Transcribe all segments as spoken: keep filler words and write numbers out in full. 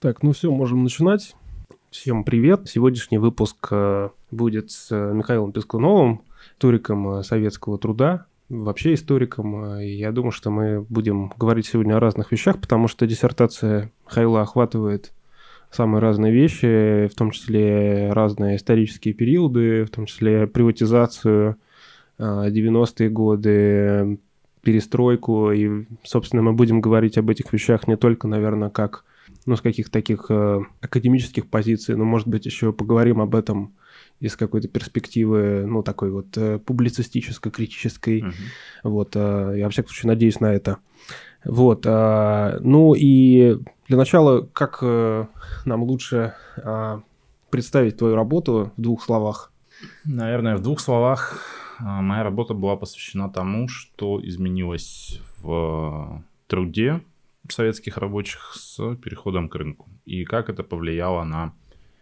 Так, ну все, можем начинать. Всем привет. Сегодняшний выпуск э, будет с э, Михаилом Пискуновым, историком э, советского труда, вообще историком. Э, и я думаю, что мы будем говорить сегодня о разных вещах, потому что диссертация Михаила охватывает самые разные вещи, в том числе разные исторические периоды, в том числе приватизацию, э, девяностые годы, перестройку. И, собственно, мы будем говорить об этих вещах не только, наверное, как ну, с каких-то таких э, академических позиций, но, может быть, еще поговорим об этом из какой-то перспективы, ну, такой вот э, публицистической, критической. Uh-huh. Вот, э, я, во всяком случае, надеюсь на это. Вот, э, ну, и для начала, как э, нам лучше э, представить твою работу в двух словах? Наверное, в двух словах. Моя работа была посвящена тому, что изменилось в труде советских рабочих с переходом к рынку. И как это повлияло на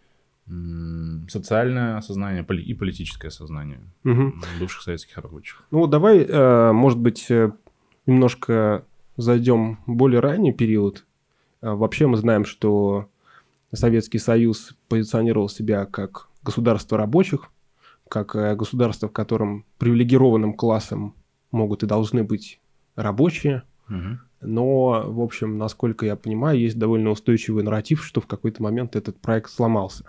социальное сознание и политическое сознание угу. бывших советских рабочих. Ну, давай, может быть, немножко зайдем в более ранний период. Вообще мы знаем, что Советский Союз позиционировал себя как государство рабочих, как государство, в котором привилегированным классом могут и должны быть рабочие. Угу. Но, в общем, насколько я понимаю, есть довольно устойчивый нарратив, что в какой-то момент этот проект сломался.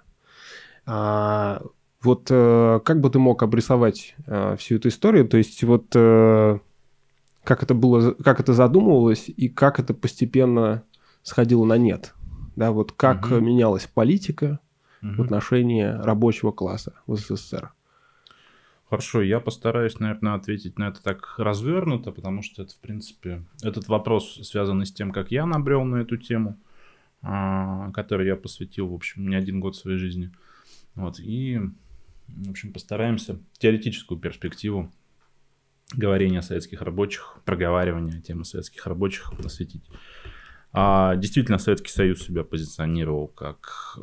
А, вот а, как бы ты мог обрисовать а, всю эту историю? То есть вот а, как это было, как это задумывалось и как это постепенно сходило на нет? Да, вот как угу. менялась политика угу. в отношении рабочего класса в СССР? Хорошо, я постараюсь, наверное, ответить на это так развернуто, потому что это, в принципе, этот вопрос связан с тем, как я набрел на эту тему, которой я посвятил, в общем, не один год своей жизни. Вот, и, в общем, постараемся теоретическую перспективу говорения о советских рабочих, проговаривания темы советских рабочих осветить. А, действительно, Советский Союз себя позиционировал как...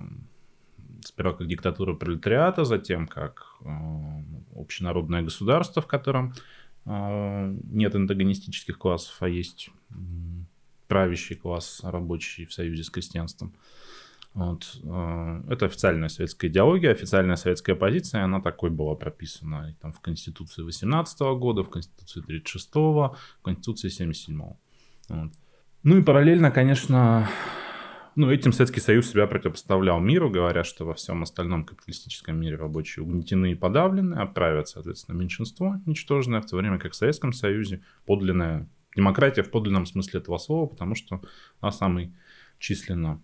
Сперва как диктатура пролетариата, затем как э, общенародное государство, в котором э, нет антагонистических классов, а есть э, правящий класс рабочий в союзе с крестьянством. Вот. Э, это официальная советская идеология, официальная советская позиция, она такой была прописана и там, в Конституции восемнадцатого года, в Конституции тридцать шестого, в Конституции семьдесят седьмого. Вот. Ну и параллельно, конечно... Ну, этим Советский Союз себя противопоставлял миру, говоря, что во всем остальном капиталистическом мире рабочие угнетены и подавлены, а правят, соответственно, меньшинство ничтожное, в то время как в Советском Союзе подлинная демократия в подлинном смысле этого слова, потому что она самый численно,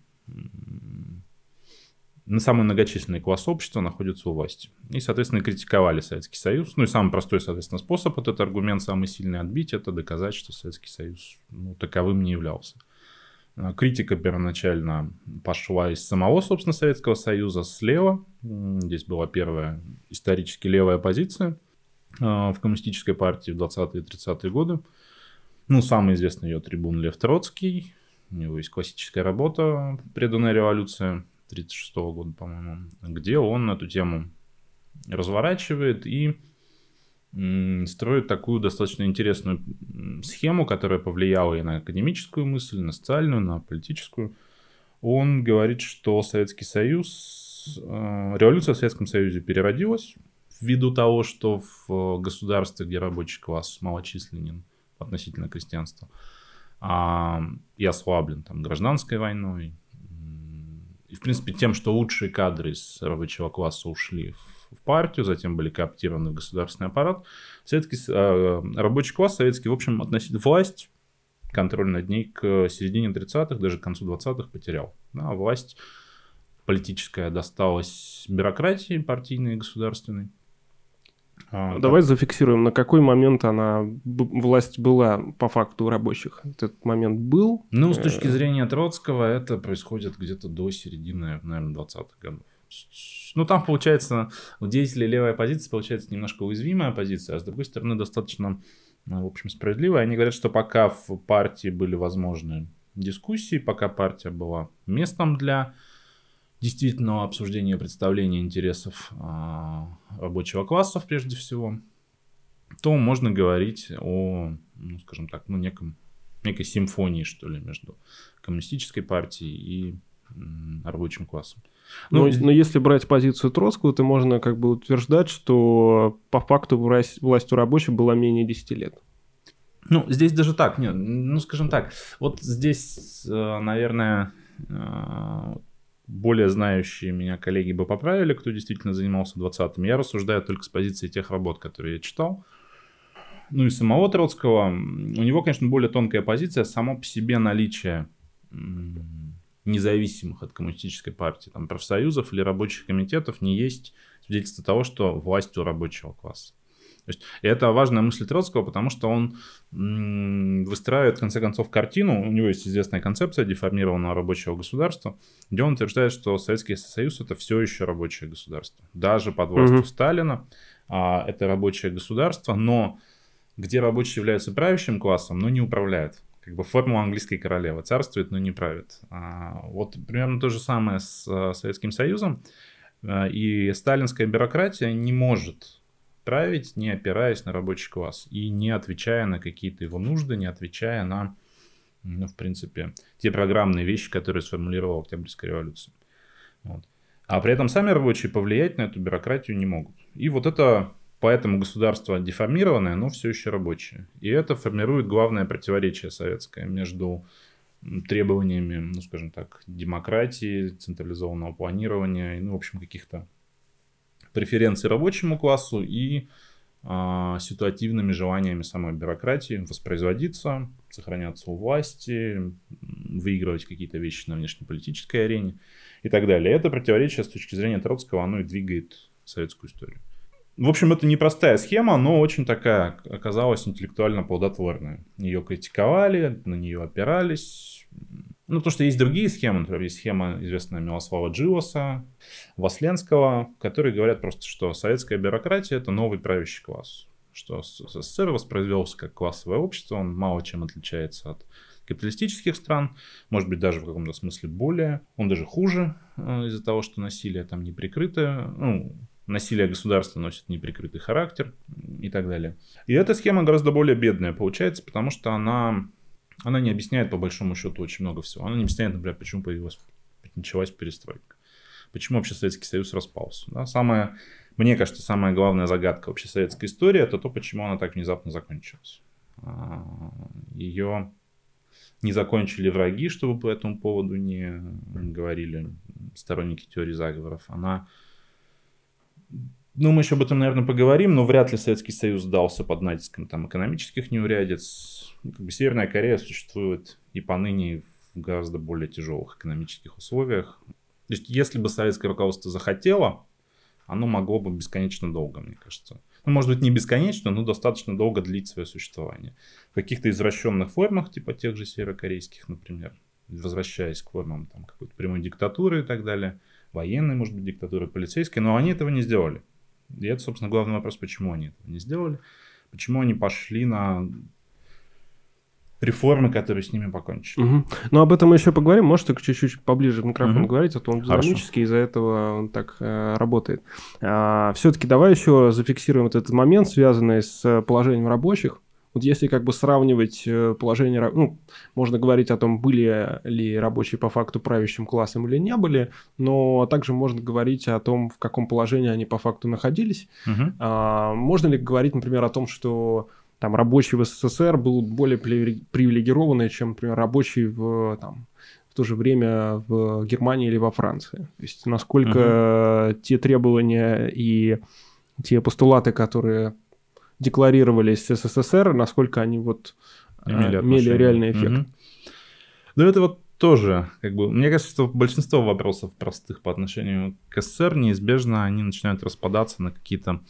на самый многочисленный класс общества находится у власти. И, соответственно, критиковали Советский Союз. Ну и самый простой, соответственно, способ, этот аргумент самый сильный отбить, это доказать, что Советский Союз ну, таковым не являлся. Критика первоначально пошла из самого, собственно, Советского Союза слева. Здесь была первая исторически левая позиция в коммунистической партии в двадцатые и тридцатые годы. Ну, самый известный ее трибун Лев Троцкий. У него есть классическая работа «Преданная революция» тридцать шестого года, по-моему, где он эту тему разворачивает и строит такую достаточно интересную схему, которая повлияла и на академическую мысль, на социальную, на политическую. Он говорит, что Советский Союз, революция в Советском Союзе переродилась ввиду того, что в государстве, где рабочий класс малочисленен относительно крестьянства, и ослаблен там, гражданской войной, и, в принципе, тем, что лучшие кадры из рабочего класса ушли в в партию, затем были кооптированы в государственный аппарат. Советский, э, рабочий класс советский, в общем, относительно власть, контроль над ней к середине тридцатых, даже к концу двадцатых потерял. Да, власть политическая досталась бюрократии партийной и государственной. Давай так. зафиксируем, на какой момент она, власть была по факту у рабочих. Этот момент был? Ну, с точки зрения Троцкого, это происходит где-то до середины, наверное, двадцатых годов. Ну, там, получается, у деятелей левой оппозиции, получается, немножко уязвимая позиция, а с другой стороны, достаточно, в общем, справедливая. Они говорят, что пока в партии были возможны дискуссии, пока партия была местом для действительного обсуждения и представления интересов рабочего класса, прежде всего, то можно говорить о, ну, скажем так, ну, неком, некой симфонии, что ли, между коммунистической партией и рабочим классом. Ну, но, но если брать позицию Троцкого, то можно как бы утверждать, что по факту власть, власть у рабочих была менее десяти лет. Ну, здесь даже так, нет, ну, скажем так, вот здесь, наверное, более знающие меня коллеги бы поправили, кто действительно занимался двадцатым. Я рассуждаю только с позиции тех работ, которые я читал. Ну и самого Троцкого. У него, конечно, более тонкая позиция. Само по себе наличие независимых от коммунистической партии там, профсоюзов или рабочих комитетов не есть свидетельство того, что власть у рабочего класса. То есть, и это важная мысль Троцкого, потому что он м- выстраивает, в конце концов, картину. У него есть известная концепция деформированного рабочего государства, где он утверждает, что Советский Союз — это все еще рабочее государство. Даже под властью mm-hmm. Сталина а, это рабочее государство, но где рабочие являются правящим классом, но не управляют. Как бы формула английской королевы: царствует, но не правит. А, вот примерно то же самое с а, Советским Союзом. А, и сталинская бюрократия не может править, не опираясь на рабочий класс и не отвечая на какие-то его нужды, не отвечая на, ну, в принципе, те программные вещи, которые сформулировала Октябрьская революция. Вот. А при этом сами рабочие повлиять на эту бюрократию не могут. И вот это поэтому государство деформированное, но все еще рабочее. И это формирует главное противоречие советское между требованиями, ну, скажем так, демократии, централизованного планирования, ну, в общем, каких-то преференций рабочему классу и а, ситуативными желаниями самой бюрократии воспроизводиться, сохраняться у власти, выигрывать какие-то вещи на внешнеполитической арене и так далее. Это противоречие с точки зрения Троцкого, оно и двигает советскую историю. В общем, это непростая схема, но очень такая оказалась интеллектуально плодотворная. Ее критиковали, на нее опирались. Ну, потому что есть другие схемы, например, есть схема известная Милослава Джилоса, Васленского, которые говорят просто, что советская бюрократия — это новый правящий класс. Что СССР воспроизвелся как классовое общество, он мало чем отличается от капиталистических стран, может быть, даже в каком-то смысле более. Он даже хуже из-за того, что насилие там не прикрытое, ну, насилие государства носит неприкрытый характер и так далее. И эта схема гораздо более бедная получается, потому что она... Она не объясняет, по большому счету, очень много всего. Она не объясняет, например, почему появилась, началась перестройка. Почему вообще Советский Союз распался. Да? Самая, мне кажется, самая главная загадка вообще советской истории — это то, почему она так внезапно закончилась. Ее не закончили враги, чтобы по этому поводу не говорили сторонники теории заговоров. Она... Ну, мы еще об этом, наверное, поговорим, но вряд ли Советский Союз сдался под натиском там, экономических неурядиц. Как бы Северная Корея существует и поныне в гораздо более тяжелых экономических условиях. То есть, если бы советское руководство захотело, оно могло бы бесконечно долго, мне кажется. Ну, может быть, не бесконечно, но достаточно долго длить свое существование. В каких-то извращенных формах, типа тех же северокорейских, например, возвращаясь к формам там, какой-то прямой диктатуры и так далее, военной, может быть, диктатуры, полицейской, но они этого не сделали. И это, собственно, главный вопрос, почему они этого не сделали, почему они пошли на реформы, которые с ними покончили. Угу. Ну, об этом мы еще поговорим. Можете чуть-чуть поближе к микрофону угу. говорить, а то он динамический, из-за этого он так э, работает. А, все-таки давай еще зафиксируем вот этот момент, связанный с положением рабочих. Вот если как бы сравнивать положение, ну, можно говорить о том, были ли рабочие по факту правящим классом или не были, но также можно говорить о том, в каком положении они по факту находились. Угу. А, можно ли говорить, например, о том, что там рабочие в СССР будут более привилегированные, чем, например, рабочие в, там, в то же время в Германии или во Франции? То есть насколько угу. те требования и те постулаты, которые декларировались с СССР, насколько они вот имели, имели реальный эффект. Угу. Ну, это вот тоже, как бы, мне кажется, что большинство вопросов простых по отношению к СССР неизбежно они начинают распадаться на какие-то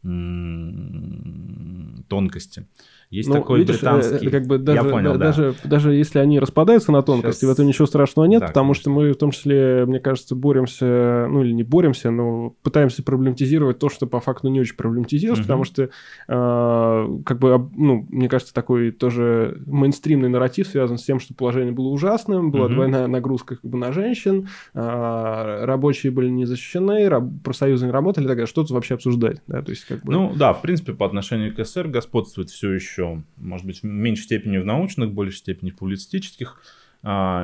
м- тонкости. Есть ну, такой видишь, британский... Как бы даже, Я понял, да, да. Даже, даже если они распадаются на тонкости, Сейчас... в этом ничего страшного нет, да, потому конечно. что мы в том числе, мне кажется, боремся, ну или не боремся, но пытаемся проблематизировать то, что по факту не очень проблематизируется, угу. потому что, э, как бы, ну, мне кажется, такой тоже мейнстримный нарратив связан с тем, что положение было ужасным, была угу. двойная нагрузка как бы на женщин, э, рабочие были не защищены, раб, профсоюзы не работали, так далее. Что тут вообще обсуждать? Да, то есть, как бы... Ну да, в принципе, по отношению к СССР господствует все еще, может быть, в меньшей степени в научных, в большей степени в публицистических а,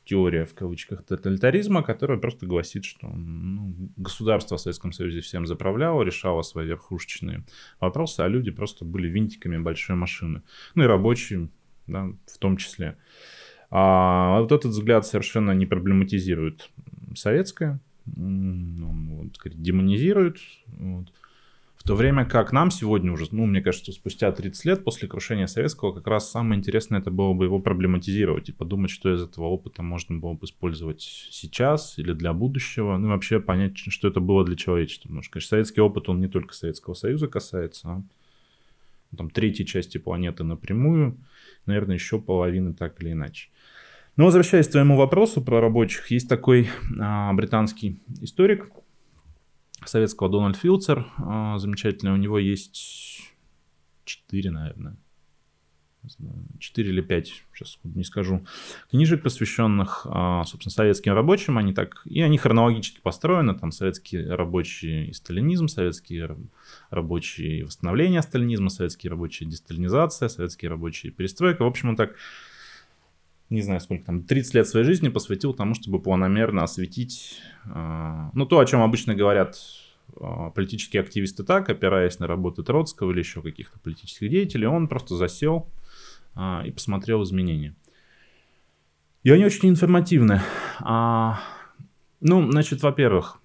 теория, в кавычках, тоталитаризма, которая просто гласит, что ну, государство в Советском Союзе всем заправляло, решало свои верхушечные вопросы, а люди просто были винтиками большой машины. Ну и рабочие, да, в том числе. А вот этот взгляд совершенно не проблематизирует советское, он вот, сказать, демонизирует. Вот. В то время как нам сегодня уже, ну, мне кажется, спустя тридцать лет после крушения советского, как раз самое интересное это было бы его проблематизировать и подумать, что из этого опыта можно было бы использовать сейчас или для будущего, ну и вообще понять, что это было для человечества. Потому что, конечно, советский опыт, он не только Советского Союза касается, а там третьей части планеты напрямую, наверное, еще половины так или иначе. Но возвращаясь к твоему вопросу про рабочих, есть такой а, британский историк советского Дональд Филцер, а, замечательный, у него есть четыре, наверное, четыре или пять, сейчас не скажу, книжек, посвященных, а, собственно, советским рабочим, они так, и они хронологически построены, там советские рабочие и сталинизм, советские рабочие и восстановление сталинизма, советские рабочие и десталинизация, советские рабочие и перестройка, в общем, он так, не знаю сколько там, тридцать лет своей жизни посвятил тому, чтобы планомерно осветить, э, ну, то, о чем обычно говорят э, политические активисты так, опираясь на работы Троцкого или еще каких-то политических деятелей, он просто засел э, и посмотрел изменения. И они очень информативны. А, ну, значит, во-первых,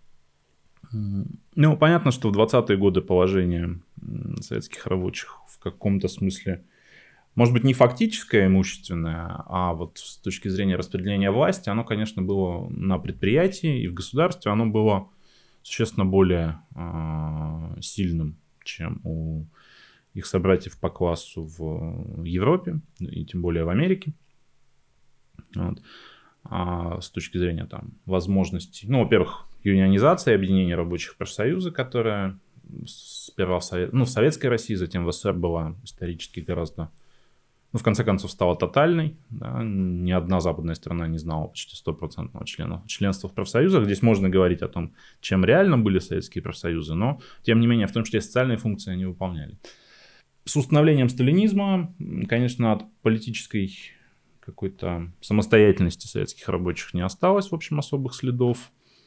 ну, понятно, что в двадцатые годы положение советских рабочих в каком-то смысле, может быть, не фактическое имущественное, а вот с точки зрения распределения власти, оно, конечно, было на предприятии и в государстве, оно было существенно более э, сильным, чем у их собратьев по классу в Европе, и тем более в Америке. Вот. А с точки зрения там, возможностей, ну, во-первых, юнионизация, объединение рабочих профсоюза, которая сперва в, Совет... ну, в Советской России, затем в СССР была исторически гораздо, ну, в конце концов, стала тотальной. Да? Ни одна западная страна не знала почти стопроцентного члена... членства в профсоюзах. Здесь можно говорить о том, чем реально были советские профсоюзы, но, тем не менее, в том числе социальные функции они выполняли. С установлением сталинизма, конечно, от политической какой-то самостоятельности советских рабочих не осталось, в общем, особых следов.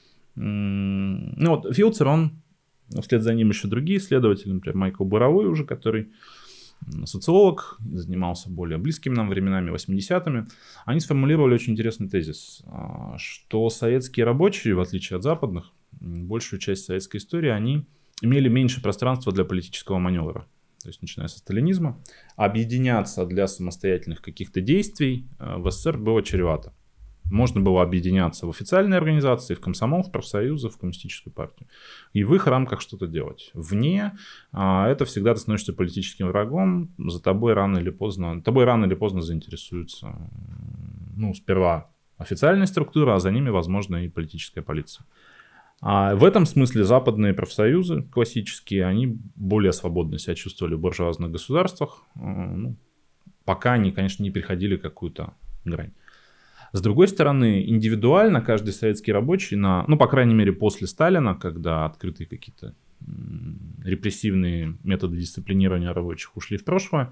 Ну вот, Филцер, он, вслед за ним еще другие исследователи, например, Майкл Боровой уже, который социолог, занимался более близкими нам временами, восьмидесятыми, они сформулировали очень интересный тезис, что советские рабочие, в отличие от западных, большую часть советской истории, они имели меньше пространства для политического маневра. То есть, начиная со сталинизма, объединяться для самостоятельных каких-то действий в СССР было чревато. Можно было объединяться в официальные организации, в комсомол, в профсоюзы, в коммунистическую партию. И в их рамках что-то делать. Вне это всегда ты становишься политическим врагом, за тобой рано или поздно, тобой рано или поздно заинтересуется, ну, сперва официальная структура, а за ними, возможно, и политическая полиция. А в этом смысле западные профсоюзы классические, они более свободно себя чувствовали в буржуазных государствах, ну, пока они, конечно, не переходили какую-то грань. С другой стороны, индивидуально каждый советский рабочий, на, ну, по крайней мере, после Сталина, когда открытые какие-то репрессивные методы дисциплинирования рабочих ушли в прошлое,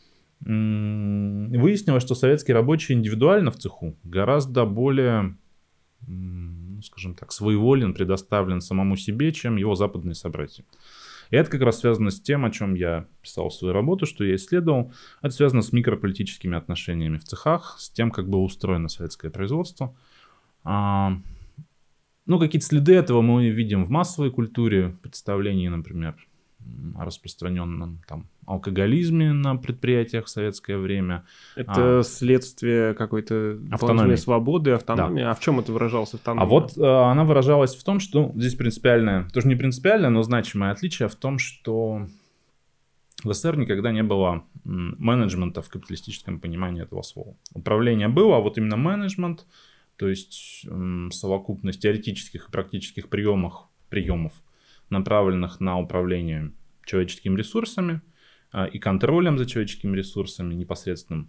выяснилось, что советский рабочий индивидуально в цеху гораздо более, ну, скажем так, своеволен, предоставлен самому себе, чем его западные собратья. И это как раз связано с тем, о чем я писал в свою работу, что я исследовал. Это связано с микрополитическими отношениями в цехах, с тем, как было устроено советское производство. А, ну, какие-то следы этого мы видим в массовой культуре, представлении, например, о распространенном там алкоголизме на предприятиях в советское время. Это а, следствие какой-то автономии, свободы, автономии. Да. А в чем это выражалось автономия? А вот а, она выражалась в том, что ну, здесь принципиальное, тоже не принципиальное, но значимое отличие в том, что в СССР никогда не было менеджмента в капиталистическом понимании этого слова. Управление было, а вот именно менеджмент, то есть м, совокупность теоретических и практических приемов, приемов, направленных на управление человеческими ресурсами а, и контролем за человеческими ресурсами непосредственным,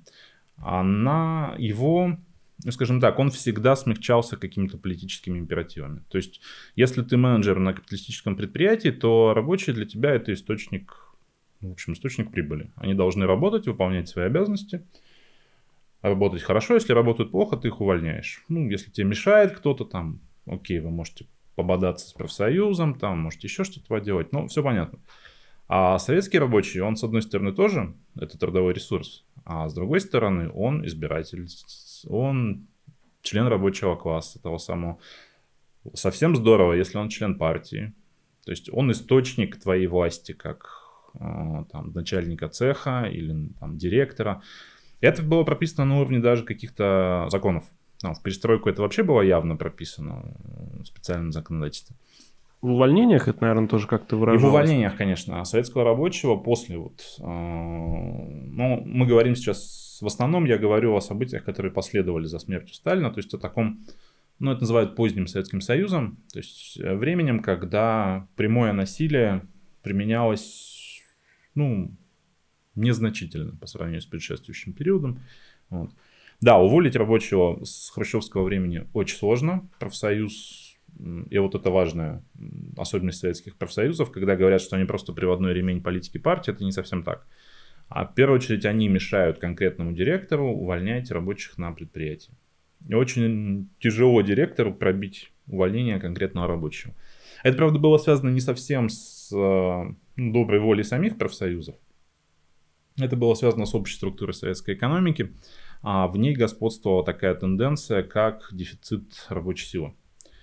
она его, ну, скажем так, он всегда смягчался какими-то политическими императивами. То есть, если ты менеджер на капиталистическом предприятии, то рабочие для тебя это источник, в общем, источник прибыли. Они должны работать, выполнять свои обязанности. работать хорошо, если работают плохо, ты их увольняешь. Ну, если тебе мешает кто-то там, окей, вы можете пободаться с профсоюзом, там, можете еще что-то поделать, но все понятно. А советский рабочий, он, с одной стороны, тоже это трудовой ресурс, а с другой стороны, он избиратель, он член рабочего класса, того самого. Совсем здорово, если он член партии. То есть он источник твоей власти, как э, там, начальника цеха или там, директора. Это было прописано на уровне даже каких-то законов. Ну, в перестройку это вообще было явно прописано в специальном законодательстве. В увольнениях это, наверное, тоже как-то выражалось. И в увольнениях, конечно. Советского рабочего после вот... Э, ну, мы говорим сейчас... В основном я говорю о событиях, которые последовали за смертью Сталина. То есть о таком... Ну, это называют поздним Советским Союзом. То есть временем, когда прямое насилие применялось... Ну, незначительно по сравнению с предшествующим периодом. Вот. Да, уволить рабочего с хрущевского времени очень сложно. Профсоюз... И вот это важная особенность советских профсоюзов, когда говорят, что они просто приводной ремень политики партии, это не совсем так. А в первую очередь они мешают конкретному директору увольнять рабочих на предприятии. И очень тяжело директору пробить увольнение конкретного рабочего. Это, правда, было связано не совсем с ну, доброй волей самих профсоюзов. Это было связано с общей структурой советской экономики. А в ней господствовала такая тенденция, как дефицит рабочей силы.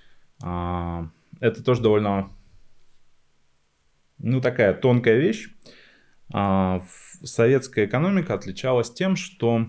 Это тоже довольно, ну, такая тонкая вещь. Советская экономика отличалась тем, что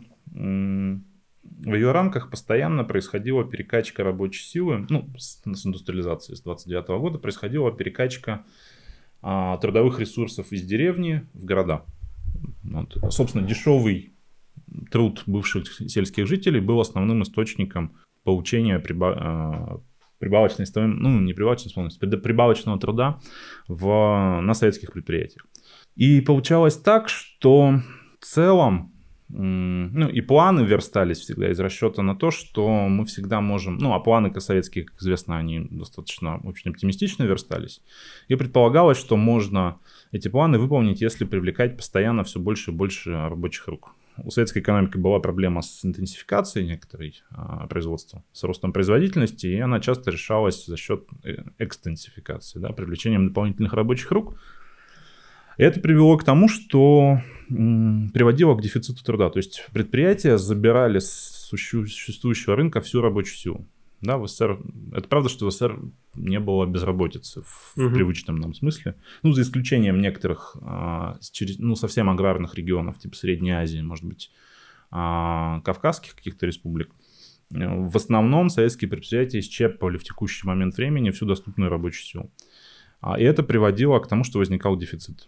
в ее рамках постоянно происходила перекачка рабочей силы, ну, с индустриализацией с двадцать девятого года происходила перекачка трудовых ресурсов из деревни в города. Вот. Собственно, дешевый труд бывших сельских жителей был основным источником получения приба... прибавочной стоимости, ну, не прибавочной стоимости, прибавочного труда в, на советских предприятиях. И получалось так, что в целом, ну, и планы верстались всегда из расчета на то, что мы всегда можем, ну, а планы советские, как известно, они достаточно очень оптимистично верстались. И предполагалось, что можно эти планы выполнить, если привлекать постоянно все больше и больше рабочих рук. У советской экономики была проблема с интенсификацией некоторой а, производства, с ростом производительности, и она часто решалась за счет экстенсификации, да, привлечением дополнительных рабочих рук. И это привело к тому, что м, приводило к дефициту труда. То есть предприятия забирали с существующего рынка всю рабочую силу. Да, в СССР, это правда, что в СССР не было безработицы в, угу. в привычном нам смысле. Ну, за исключением некоторых а, через, ну, совсем аграрных регионов, типа Средней Азии, может быть, а, кавказских каких-то республик. В основном советские предприятия исчерпывали в текущий момент времени всю доступную рабочую силу. А, и это приводило к тому, что возникал дефицит.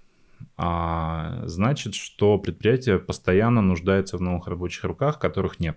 А, значит, что предприятие постоянно нуждается в новых рабочих руках, которых нет.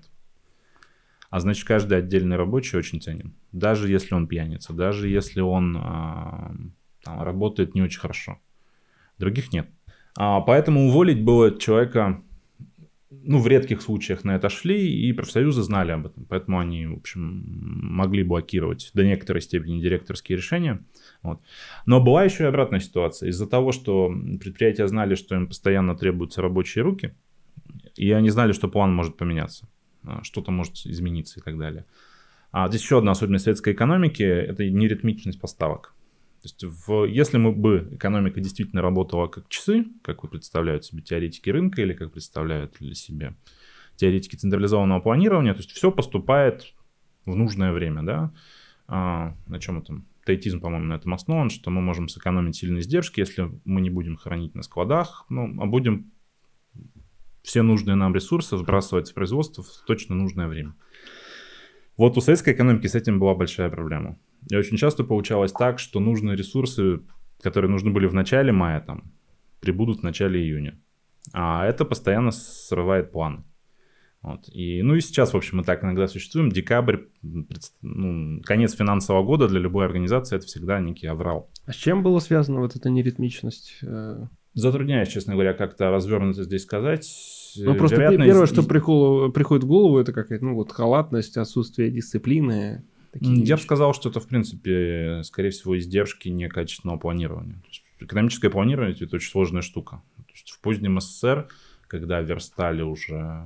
А значит, каждый отдельный рабочий очень ценен. Даже если он пьяница, даже если он а, там, работает не очень хорошо. Других нет. А, поэтому уволить было человека, ну, в редких случаях на это шли, и профсоюзы знали об этом. Поэтому они, в общем, могли блокировать до некоторой степени директорские решения. Вот. Но была еще и обратная ситуация. Из-за того, что предприятия знали, что им постоянно требуются рабочие руки, и они знали, что план может поменяться. Что-то может измениться и так далее. А здесь еще одна особенность советской экономики – это неритмичность поставок. То есть, в, если мы бы экономика действительно работала как часы, как вы представляют себе теоретики рынка или как представляют для себя теоретики централизованного планирования, то есть все поступает в нужное время, да? А, на чем это? Таитизм, по-моему, на этом основан, что мы можем сэкономить сильные издержки, если мы не будем хранить на складах, ну, а будем все нужные нам ресурсы сбрасывать в производство в точно нужное время. Вот у советской экономики с этим была большая проблема. И очень часто получалось так, что нужные ресурсы, которые нужны были в начале мая, там, прибудут в начале июня. А это постоянно срывает планы. Вот. И, ну и сейчас, в общем, мы так иногда существуем. Декабрь, ну, конец финансового года для любой организации – это всегда некий аврал. А с чем была связана вот эта неритмичность? Затрудняюсь, честно говоря, как-то развернуто здесь сказать. Ну, просто Вероятно, первое, из... что приходит, приходит в голову, это какая-то, ну, вот, халатность, отсутствие дисциплины. Я вещи. бы сказал, что это, в принципе, скорее всего, издержки некачественного планирования. То есть, экономическое планирование – это очень сложная штука. То есть, в позднем СССР, когда верстали уже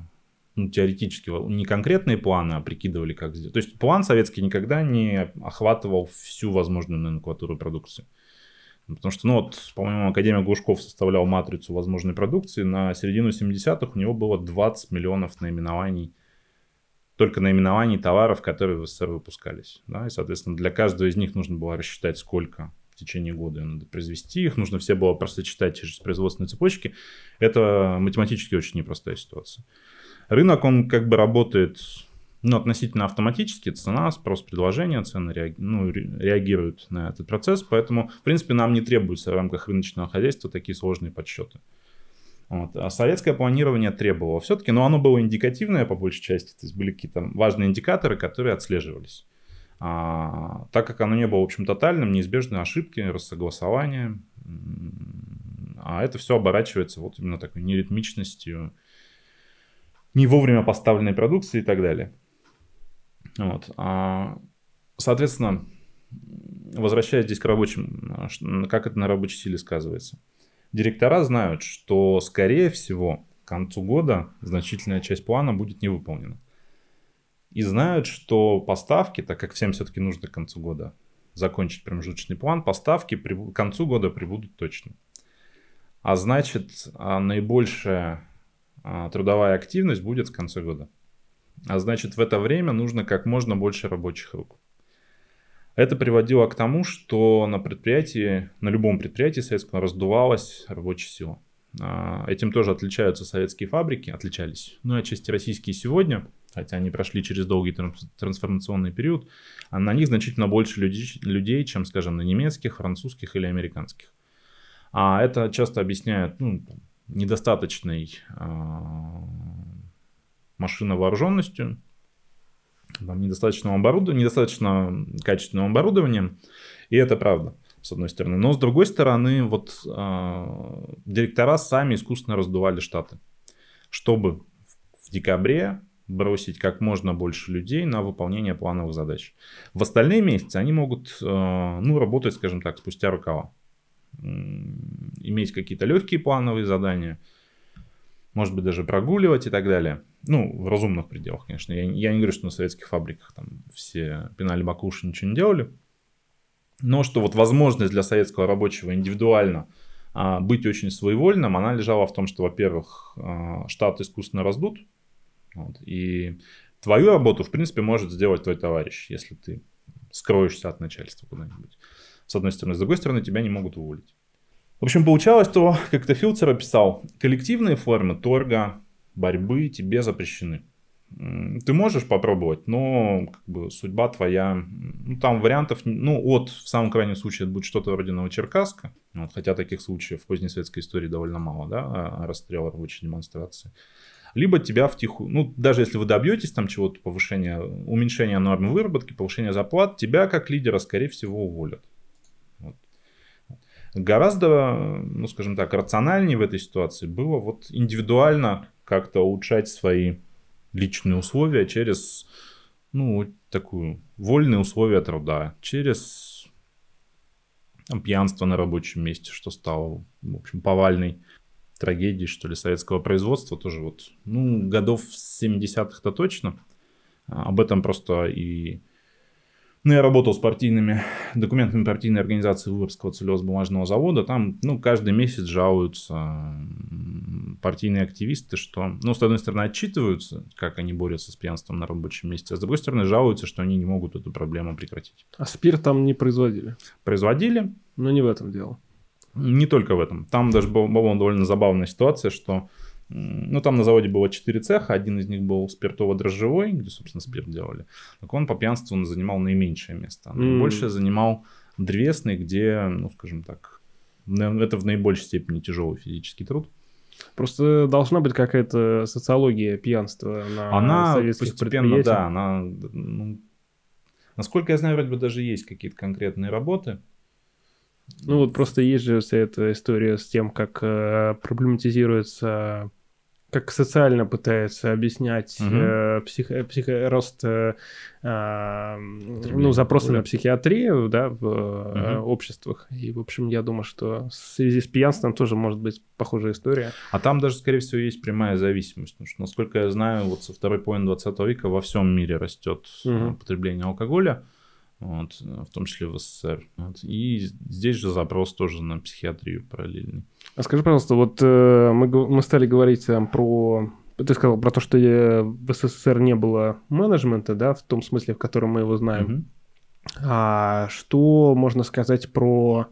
ну, теоретически, не конкретные планы, а прикидывали, как сделать. То есть план советский никогда не охватывал всю возможную номенклатуру продукции. Потому что, ну вот, по-моему, академик Глушков составлял матрицу возможной продукции. На середину семидесятых у него было двадцать миллионов наименований, только наименований товаров, которые в СССР выпускались. Да? И, соответственно, для каждого из них нужно было рассчитать, сколько в течение года надо произвести. Их нужно все было просто читать через производственные цепочки. Это математически очень непростая ситуация. Рынок, он как бы работает, ну, относительно автоматически. Цена, спрос, предложение, цены реаги... ну, реагируют на этот процесс. Поэтому, в принципе, нам не требуются в рамках рыночного хозяйства такие сложные подсчеты. Вот. А советское планирование требовало все-таки, но оно было индикативное по большей части. То есть были какие-то важные индикаторы, которые отслеживались. А, так как оно не было, в общем, тотальным, неизбежны ошибки, рассогласования. А это все оборачивается вот именно такой неритмичностью, не вовремя поставленной продукции и так далее. Вот. А, соответственно, возвращаясь здесь к рабочим, как это на рабочей силе сказывается. Директора знают, что, скорее всего, к концу года значительная часть плана будет не выполнена. И знают, что поставки, так как всем все-таки нужно к концу года закончить промежуточный план, поставки к концу года прибудут точно. А значит, наибольшая трудовая активность будет в конце года. А значит, в это время нужно как можно больше рабочих рук. Это приводило к тому, что на предприятии, на любом предприятии советском раздувалась рабочая сила. Этим тоже отличаются советские фабрики, отличались, ну и отчасти российские сегодня, хотя они прошли через долгий трансформационный период, а на них значительно больше людей, людей, чем, скажем, на немецких, французских или американских. А это часто объясняет, ну, недостаточной э, машиновооруженностью, там, недостаточным оборудованием, недостаточно качественным оборудованием, и это правда, с одной стороны. Но с другой стороны, вот э, директора сами искусственно раздували штаты, чтобы в декабре бросить как можно больше людей на выполнение плановых задач. В остальные месяцы они могут э, ну, работать, скажем так, спустя рукава. Иметь какие-то легкие плановые задания, может быть, даже прогуливать и так далее. Ну, в разумных пределах, конечно. Я, я не говорю, что на советских фабриках там все пинали баклуши, ничего не делали. Но что вот возможность для советского рабочего индивидуально а, быть очень своевольным, она лежала в том, что, во-первых, а, штат искусственно раздут. Вот, и твою работу, в принципе, может сделать твой товарищ, если ты скроешься от начальства куда-нибудь. С одной стороны. С другой стороны, тебя не могут уволить. В общем, получалось то, как то Филцер описал, коллективные формы торга, борьбы тебе запрещены. Ты можешь попробовать, но как бы, судьба твоя, ну, там вариантов, ну, от, в самом крайнем случае, это будет что-то вроде Новочеркасска, вот, хотя таких случаев в поздней советской истории довольно мало, да, расстрела рабочей демонстрации. Либо тебя втихую, ну, даже если вы добьетесь там чего-то, повышения, уменьшения норм выработки, повышения зарплат, тебя как лидера, скорее всего, уволят. Вот. Гораздо, ну, скажем так, рациональнее в этой ситуации было вот индивидуально как-то улучшать свои личные условия через, ну, такую, вольные условия труда, через там, пьянство на рабочем месте, что стало, в общем, повальной трагедией, что ли, советского производства, тоже вот, ну, годов семидесятых-то точно. Об этом просто и... Ну, я работал с партийными документами партийной организации Выборгского целлюлозно-бумажного завода. Там, ну, каждый месяц жалуются партийные активисты, что, ну, с одной стороны, отчитываются, как они борются с пьянством на рабочем месте, а с другой стороны, жалуются, что они не могут эту проблему прекратить. А спирт там не производили? Производили. Но не в этом дело. Не только в этом. Там даже была, была довольно забавная ситуация, что, ну, там на заводе было четыре цеха, один из них был спиртово-дрожжевой, где, собственно, спирт делали. Так он по пьянству занимал наименьшее место. А наибольшее mm. занимал древесный, где, ну, скажем так, это в наибольшей степени тяжелый физический труд. Просто должна быть какая-то социология пьянства на она советских постепенно, предприятиях. да, она, ну, насколько я знаю, вроде бы даже есть какие-то конкретные работы. Ну вот просто есть же вся эта история с тем, как э, проблематизируется как социально пытается объяснять Угу. э, психо, психо, рост э, э, ну, запроса на психиатрию, да, в э, угу. обществах. И, в общем, я думаю, что в связи с пьянством тоже может быть похожая история. А там даже, скорее всего, есть прямая зависимость. Потому что, насколько я знаю, вот со второй половины двадцатого века во всем мире растет угу. потребление алкоголя. Вот, в том числе в СССР. Вот. И здесь же запрос тоже на психиатрию параллельный. А скажи, пожалуйста, вот э, мы, мы стали говорить там про... Ты сказал про то, что в СССР не было менеджмента, да, в том смысле, в котором мы его знаем. Угу. А что можно сказать про,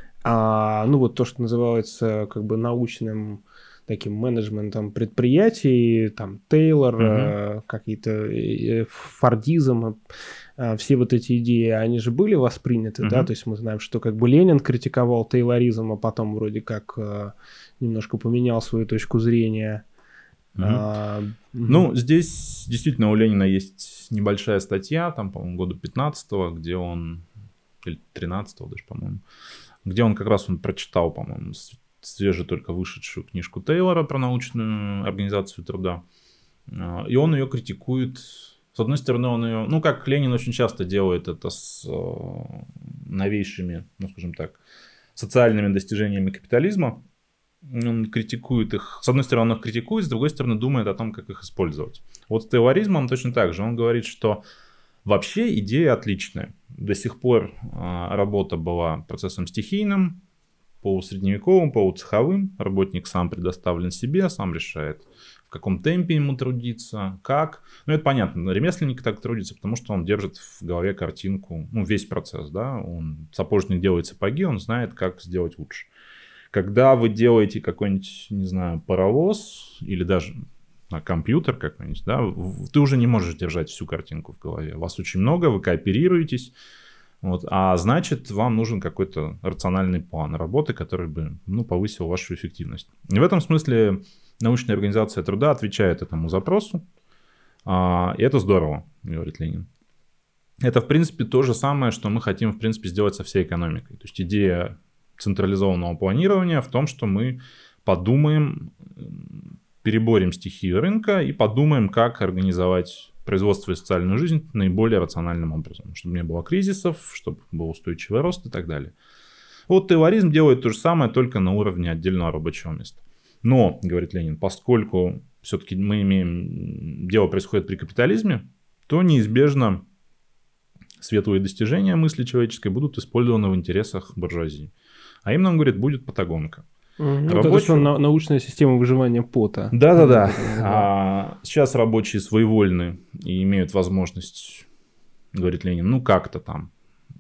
а, ну, вот то, что называется как бы научным таким менеджментом предприятий, там, Тейлор, угу. э, какие-то э, фордизм, э, все вот эти идеи, они же были восприняты, угу. да, то есть мы знаем, что как бы Ленин критиковал тейлоризм, а потом вроде как э, немножко поменял свою точку зрения. Угу. А, ну, угу. здесь действительно у Ленина есть небольшая статья, там, по-моему, года пятнадцатого, где он, или тринадцатого даже, по-моему, где он как раз он прочитал, по-моему, свеже только вышедшую книжку Тейлора про научную организацию труда. И он ее критикует. С одной стороны, он ее... Ну, как Ленин очень часто делает это с новейшими, ну, скажем так, социальными достижениями капитализма. Он критикует их. С одной стороны, он их критикует, с другой стороны, думает о том, как их использовать. Вот с тейлоризмом точно так же. Он говорит, что вообще идея отличная. До сих пор работа была процессом стихийным, полусредневековым, полуцеховым. Работник сам предоставлен себе, сам решает, в каком темпе ему трудиться, как. Ну, это понятно. Ремесленник так трудится, потому что он держит в голове картинку, ну, весь процесс, да. Он, сапожник делает сапоги, он знает, как сделать лучше. Когда вы делаете какой-нибудь, не знаю, паровоз или даже на компьютер какой-нибудь, да, ты уже не можешь держать всю картинку в голове. Вас очень много, вы кооперируетесь. Вот, а значит, вам нужен какой-то рациональный план работы, который бы, ну, повысил вашу эффективность. И в этом смысле научная организация труда отвечает этому запросу. А, и это здорово, говорит Ленин. Это, в принципе, то же самое, что мы хотим, в принципе, сделать со всей экономикой. То есть идея централизованного планирования в том, что мы подумаем, переборем стихию рынка и подумаем, как организовать производство и социальную жизнь наиболее рациональным образом, чтобы не было кризисов, чтобы был устойчивый рост и так далее. Вот тейлоризм делает то же самое, только на уровне отдельного рабочего места. Но, говорит Ленин, поскольку все-таки мы имеем, дело происходит при капитализме, то неизбежно светлые достижения мысли человеческой будут использованы в интересах буржуазии. А им, нам говорит, будет потогонка. Mm-hmm. Рабочую... Это что, научная система выживания пота. Да-да-да. А сейчас рабочие своевольны и имеют возможность, говорит Ленин, ну как-то там.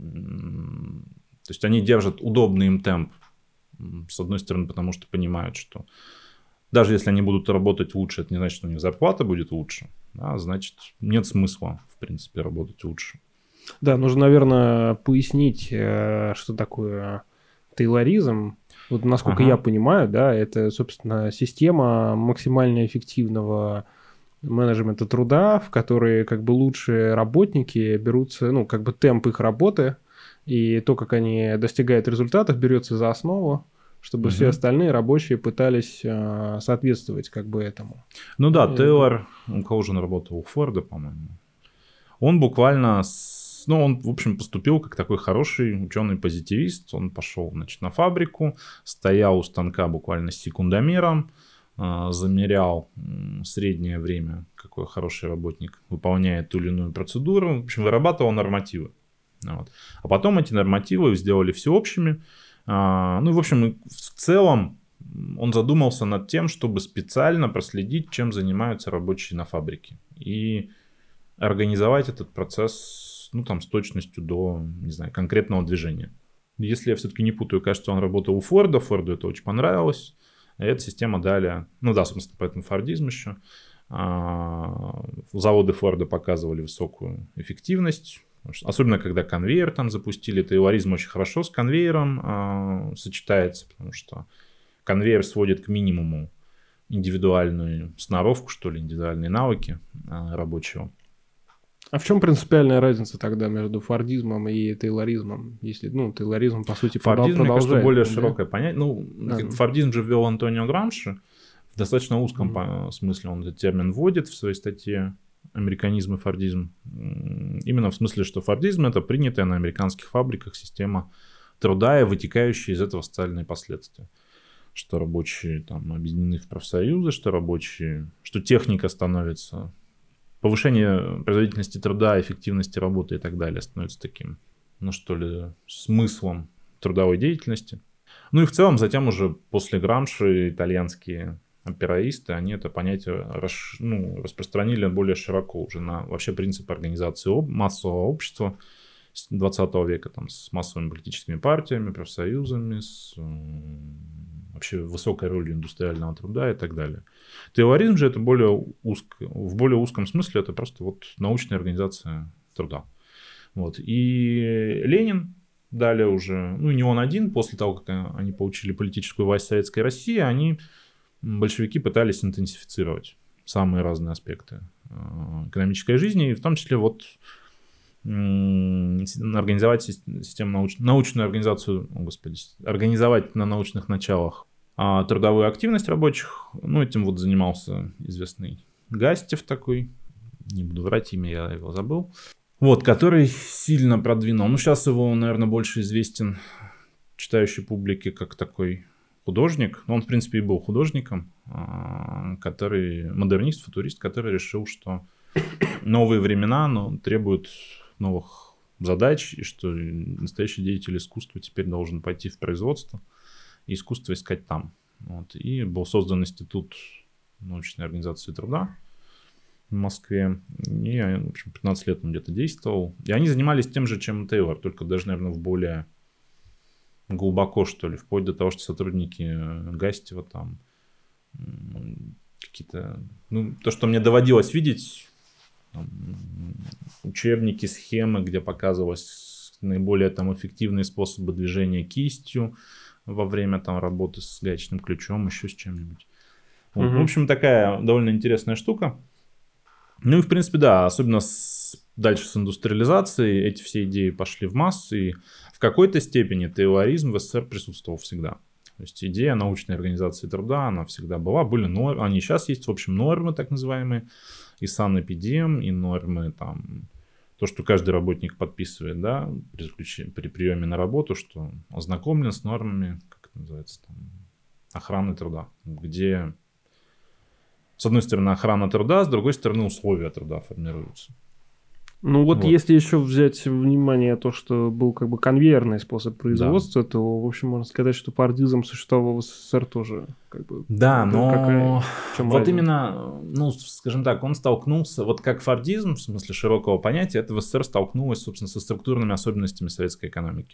То есть они держат удобный им темп. С одной стороны, потому что понимают, что даже если они будут работать лучше, это не значит, что у них зарплата будет лучше. А значит, нет смысла, в принципе, работать лучше. Да, нужно, наверное, пояснить, что такое тейлоризм. Вот насколько ага. я понимаю, да, это, собственно, система максимально эффективного менеджмента труда, в которой как бы лучшие работники берутся, ну, как бы темп их работы и то, как они достигают результатов, берется за основу, чтобы угу. все остальные рабочие пытались э, соответствовать как бы этому. Ну да, и... Тейлор, у кого же он работал? У Форда, по-моему. Он буквально... Ну, он, в общем, поступил как такой хороший ученый-позитивист. Он пошел, значит, на фабрику, стоял у станка буквально с секундомером, э, замерял э, среднее время, какой хороший работник выполняет ту или иную процедуру. В общем, вырабатывал нормативы. Вот. А потом эти нормативы сделали всеобщими. Э, ну, и, в общем, в целом он задумался над тем, чтобы специально проследить, чем занимаются рабочие на фабрике. И организовать этот процесс, ну, там, с точностью до, не знаю, конкретного движения. Если я все-таки не путаю, кажется, он работал у Форда, Форду это очень понравилось, и эта система дали, ну да, собственно, поэтому фордизм еще. Заводы Форда показывали высокую эффективность, особенно когда конвейер там запустили. Тейлоризм очень хорошо с конвейером сочетается, потому что конвейер сводит к минимуму индивидуальную сноровку, что ли, индивидуальные навыки рабочего. А в чем принципиальная разница тогда между фордизмом и тейлоризмом? Если, ну, тейлоризм, по сути, фордизм, продолжает. Фордизм, мне кажется, более да? широкое понятие. Ну, а, фордизм же ввел Антонио Грамши в достаточно узком Mm-hmm. смысле он этот термин вводит в своей статье «Американизм и фордизм». Именно в смысле, что фордизм – это принятая на американских фабриках система труда и вытекающие из этого социальные последствия. Что рабочие там объединены в профсоюзы, что рабочие, что техника становится, повышение производительности труда, эффективности работы и так далее становится таким, ну что ли, смыслом трудовой деятельности. Ну и в целом затем уже после Грамши итальянские операисты, они это понятие расш... ну, распространили более широко уже на вообще принципы организации об... массового общества с двадцатого века, там, с массовыми политическими партиями, профсоюзами, с вообще высокой ролью индустриального труда и так далее. Теоризм же это более узко, в более узком смысле это просто вот научная организация труда. Вот. И Ленин далее уже, ну не он один, после того, как они получили политическую власть в Советской России, они, большевики, пытались интенсифицировать самые разные аспекты экономической жизни, и в том числе вот организовать систему науч... научную организацию, о, господи, организовать на научных началах а, трудовую активность рабочих. Ну, этим вот занимался известный Гастев такой, не буду врать имя, я его забыл. Вот, который сильно продвинул. Ну, сейчас его, наверное, больше известен читающей публике как такой художник. Но он, в принципе, и был художником, который модернист, футурист, который решил, что новые времена но, требуют новых задач, и что настоящий деятель искусства теперь должен пойти в производство и искусство искать там. Вот. И был создан институт научной организации труда в Москве. И, в общем, пятнадцать лет он где-то действовал. И они занимались тем же, чем Тейлор, только даже, наверное, в более глубоко, что ли, вплоть до того, что сотрудники Гастева там какие-то... Ну, то, что мне доводилось видеть, там, учебники, схемы, где показывалось наиболее там эффективные способы движения кистью во время там работы с гаечным ключом, еще с чем-нибудь. Вот. Mm-hmm. В общем, такая довольно интересная штука. Ну и, в принципе, да, особенно с, дальше с индустриализацией эти все идеи пошли в массы, и в какой-то степени тейлоризм в СССР присутствовал всегда. То есть идея научной организации труда, она всегда была, были нормы, они сейчас есть, в общем, нормы так называемые, и санэпидем, и нормы, там, то, что каждый работник подписывает, да, при, заключении, при приеме на работу, что ознакомлен с нормами, как это называется, там, охраны труда, где... С одной стороны, охрана труда, с другой стороны, условия труда формируются. Ну вот, вот если еще взять внимание то, что был как бы конвейерный способ производства, да. то, в общем, можно сказать, что фордизм существовал в СССР тоже. Как бы, да, но какая, вот разница? Именно, ну, скажем так, он столкнулся, вот как фордизм, в смысле широкого понятия, это в СССР столкнулось, собственно, со структурными особенностями советской экономики.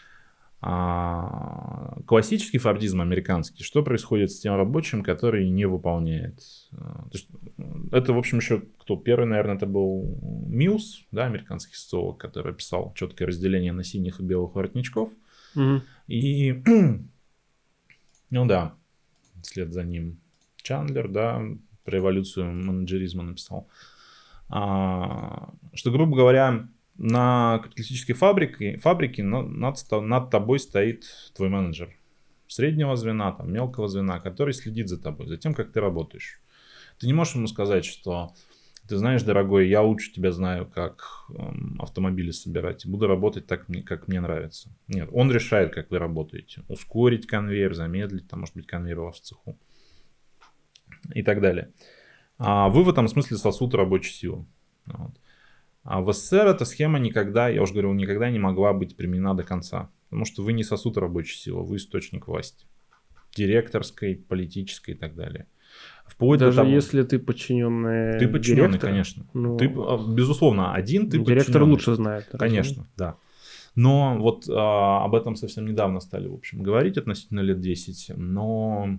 А классический фордизм американский, что происходит с тем рабочим, который не выполняет? То есть, это, в общем, еще кто первый, наверное, это был Милс, да, американский социолог, который описал четкое разделение на синих и белых воротничков. Угу. И, ну да, вслед за ним Чандлер, да, про эволюцию менеджеризма написал. А, что, грубо говоря, на капиталистической фабрике, фабрике над, над тобой стоит твой менеджер среднего звена, там, мелкого звена, который следит за тобой, за тем, как ты работаешь. Ты не можешь ему сказать, что ты знаешь, дорогой, я лучше тебя знаю, как эм, автомобили собирать, и буду работать так, как мне нравится. Нет, он решает, как вы работаете. Ускорить конвейер, замедлить, там, может быть, конвейер у вас в цеху и так далее. А вы в этом смысле сосуд рабочей силы. Вот. А в СССР эта схема никогда, я уже говорил, никогда не могла быть применена до конца. Потому что вы не сосуд рабочей силы, вы источник власти. Директорской, политической и так далее. Вплоть Даже до того, если ты подчиненный Ты подчиненный, директора, конечно. Ну, ты, безусловно, один ты директор подчиненный. лучше знает. Конечно, разве? Да. Но вот а, об этом совсем недавно стали, в общем, говорить, относительно лет десять. Но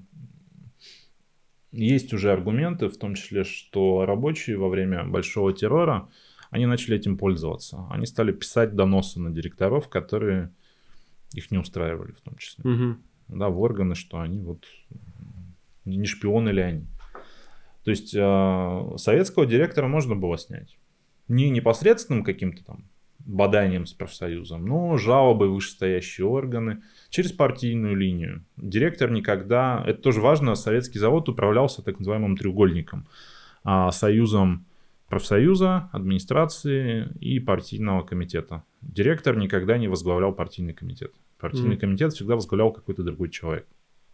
есть уже аргументы, в том числе, что рабочие во время большого террора, они начали этим пользоваться. Они стали писать доносы на директоров, которые их не устраивали, в том числе. Угу. Да, в органы, что они вот не шпионы ли они. То есть э, советского директора можно было снять. Не непосредственным каким-то там боданием с профсоюзом, но жалобы в вышестоящие органы через партийную линию. Директор никогда, это тоже важно, советский завод управлялся так называемым треугольником, союзом профсоюза, администрации и партийного комитета. Директор никогда не возглавлял партийный комитет. Партийный mm. комитет всегда возглавлял какой-то другой человек.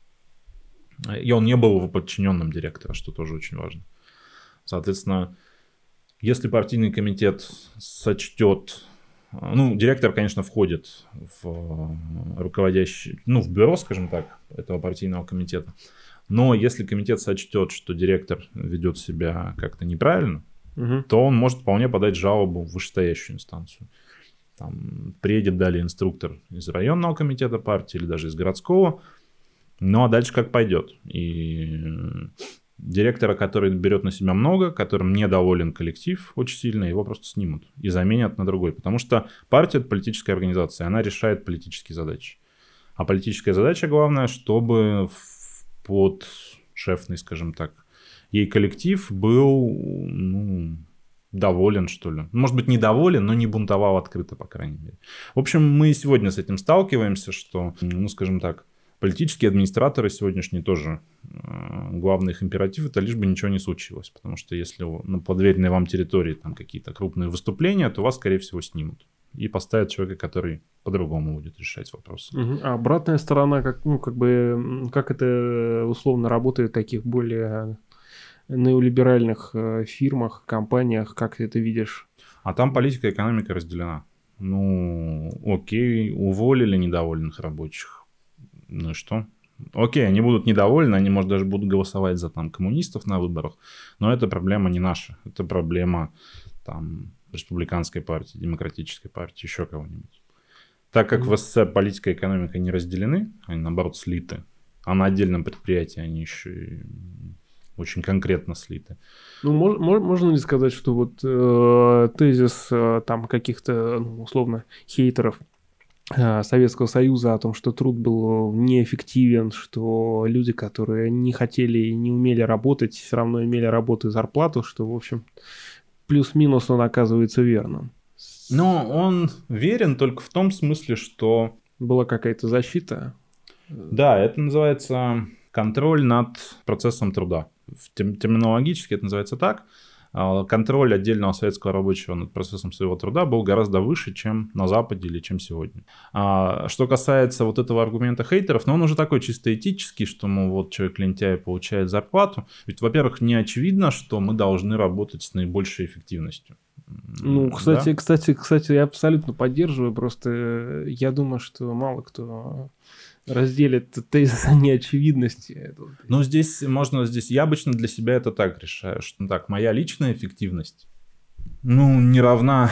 И он не был его подчиненным директора, что тоже очень важно. Соответственно, если партийный комитет сочтет... Ну, директор, конечно, входит в руководящий... Ну, в бюро, скажем так, этого партийного комитета. Но если комитет сочтет, что директор ведет себя как-то неправильно, угу. то он может вполне подать жалобу в вышестоящую инстанцию. Там приедет далее инструктор из районного комитета партии или даже из городского. Ну, а дальше как пойдет. И директора, который берет на себя много, которым недоволен коллектив очень сильно, его просто снимут и заменят на другой. Потому что партия – это политическая организация, она решает политические задачи. А политическая задача главная, чтобы подшефный, скажем так, ей коллектив был, ну, доволен, что ли. Может быть, недоволен, но не бунтовал открыто, по крайней мере. В общем, мы сегодня с этим сталкиваемся, что, ну, скажем так, политические администраторы сегодняшние тоже, главный их императив – это лишь бы ничего не случилось. Потому что если на подверенной вам территории там какие-то крупные выступления, то вас, скорее всего, снимут. И поставят человека, который по-другому будет решать вопросы. Угу. А обратная сторона, как, ну, как бы, как это условно работает в таких более неолиберальных фирмах, компаниях, как ты это видишь? А там политика и экономика разделена. Ну, окей, уволили недовольных рабочих. Ну и что? Окей, они будут недовольны, они, может, даже будут голосовать за там коммунистов на выборах, но это проблема не наша. Это проблема там республиканской партии, демократической партии, еще кого-нибудь. Так как mm-hmm. в СССР политика и экономика не разделены, они, наоборот, слиты, а на отдельном предприятии они еще и очень конкретно слиты. Ну, мож, мож, можно ли сказать, что вот э, тезис э, там каких-то, ну, условно, хейтеров э, Советского Союза о том, что труд был неэффективен, что люди, которые не хотели и не умели работать, все равно имели работу и зарплату, что, в общем, плюс-минус он оказывается верным? Но он верен только в том смысле, что... Была какая-то защита? Да, это называется контроль над процессом труда. Терминологически это называется так. Контроль отдельного советского рабочего над процессом своего труда был гораздо выше, чем на Западе или чем сегодня. А что касается вот этого аргумента хейтеров, ну он уже такой чисто этический, что, мол, вот человек лентяй получает зарплату. Ведь, во-первых, не очевидно, что мы должны работать с наибольшей эффективностью. Ну, кстати, да? кстати, кстати, я абсолютно поддерживаю. Просто я думаю, что мало кто разделит тезис о неочевидности. Ну, здесь можно, здесь я обычно для себя это так решаю, что ну, так, моя личная эффективность, ну, не равна,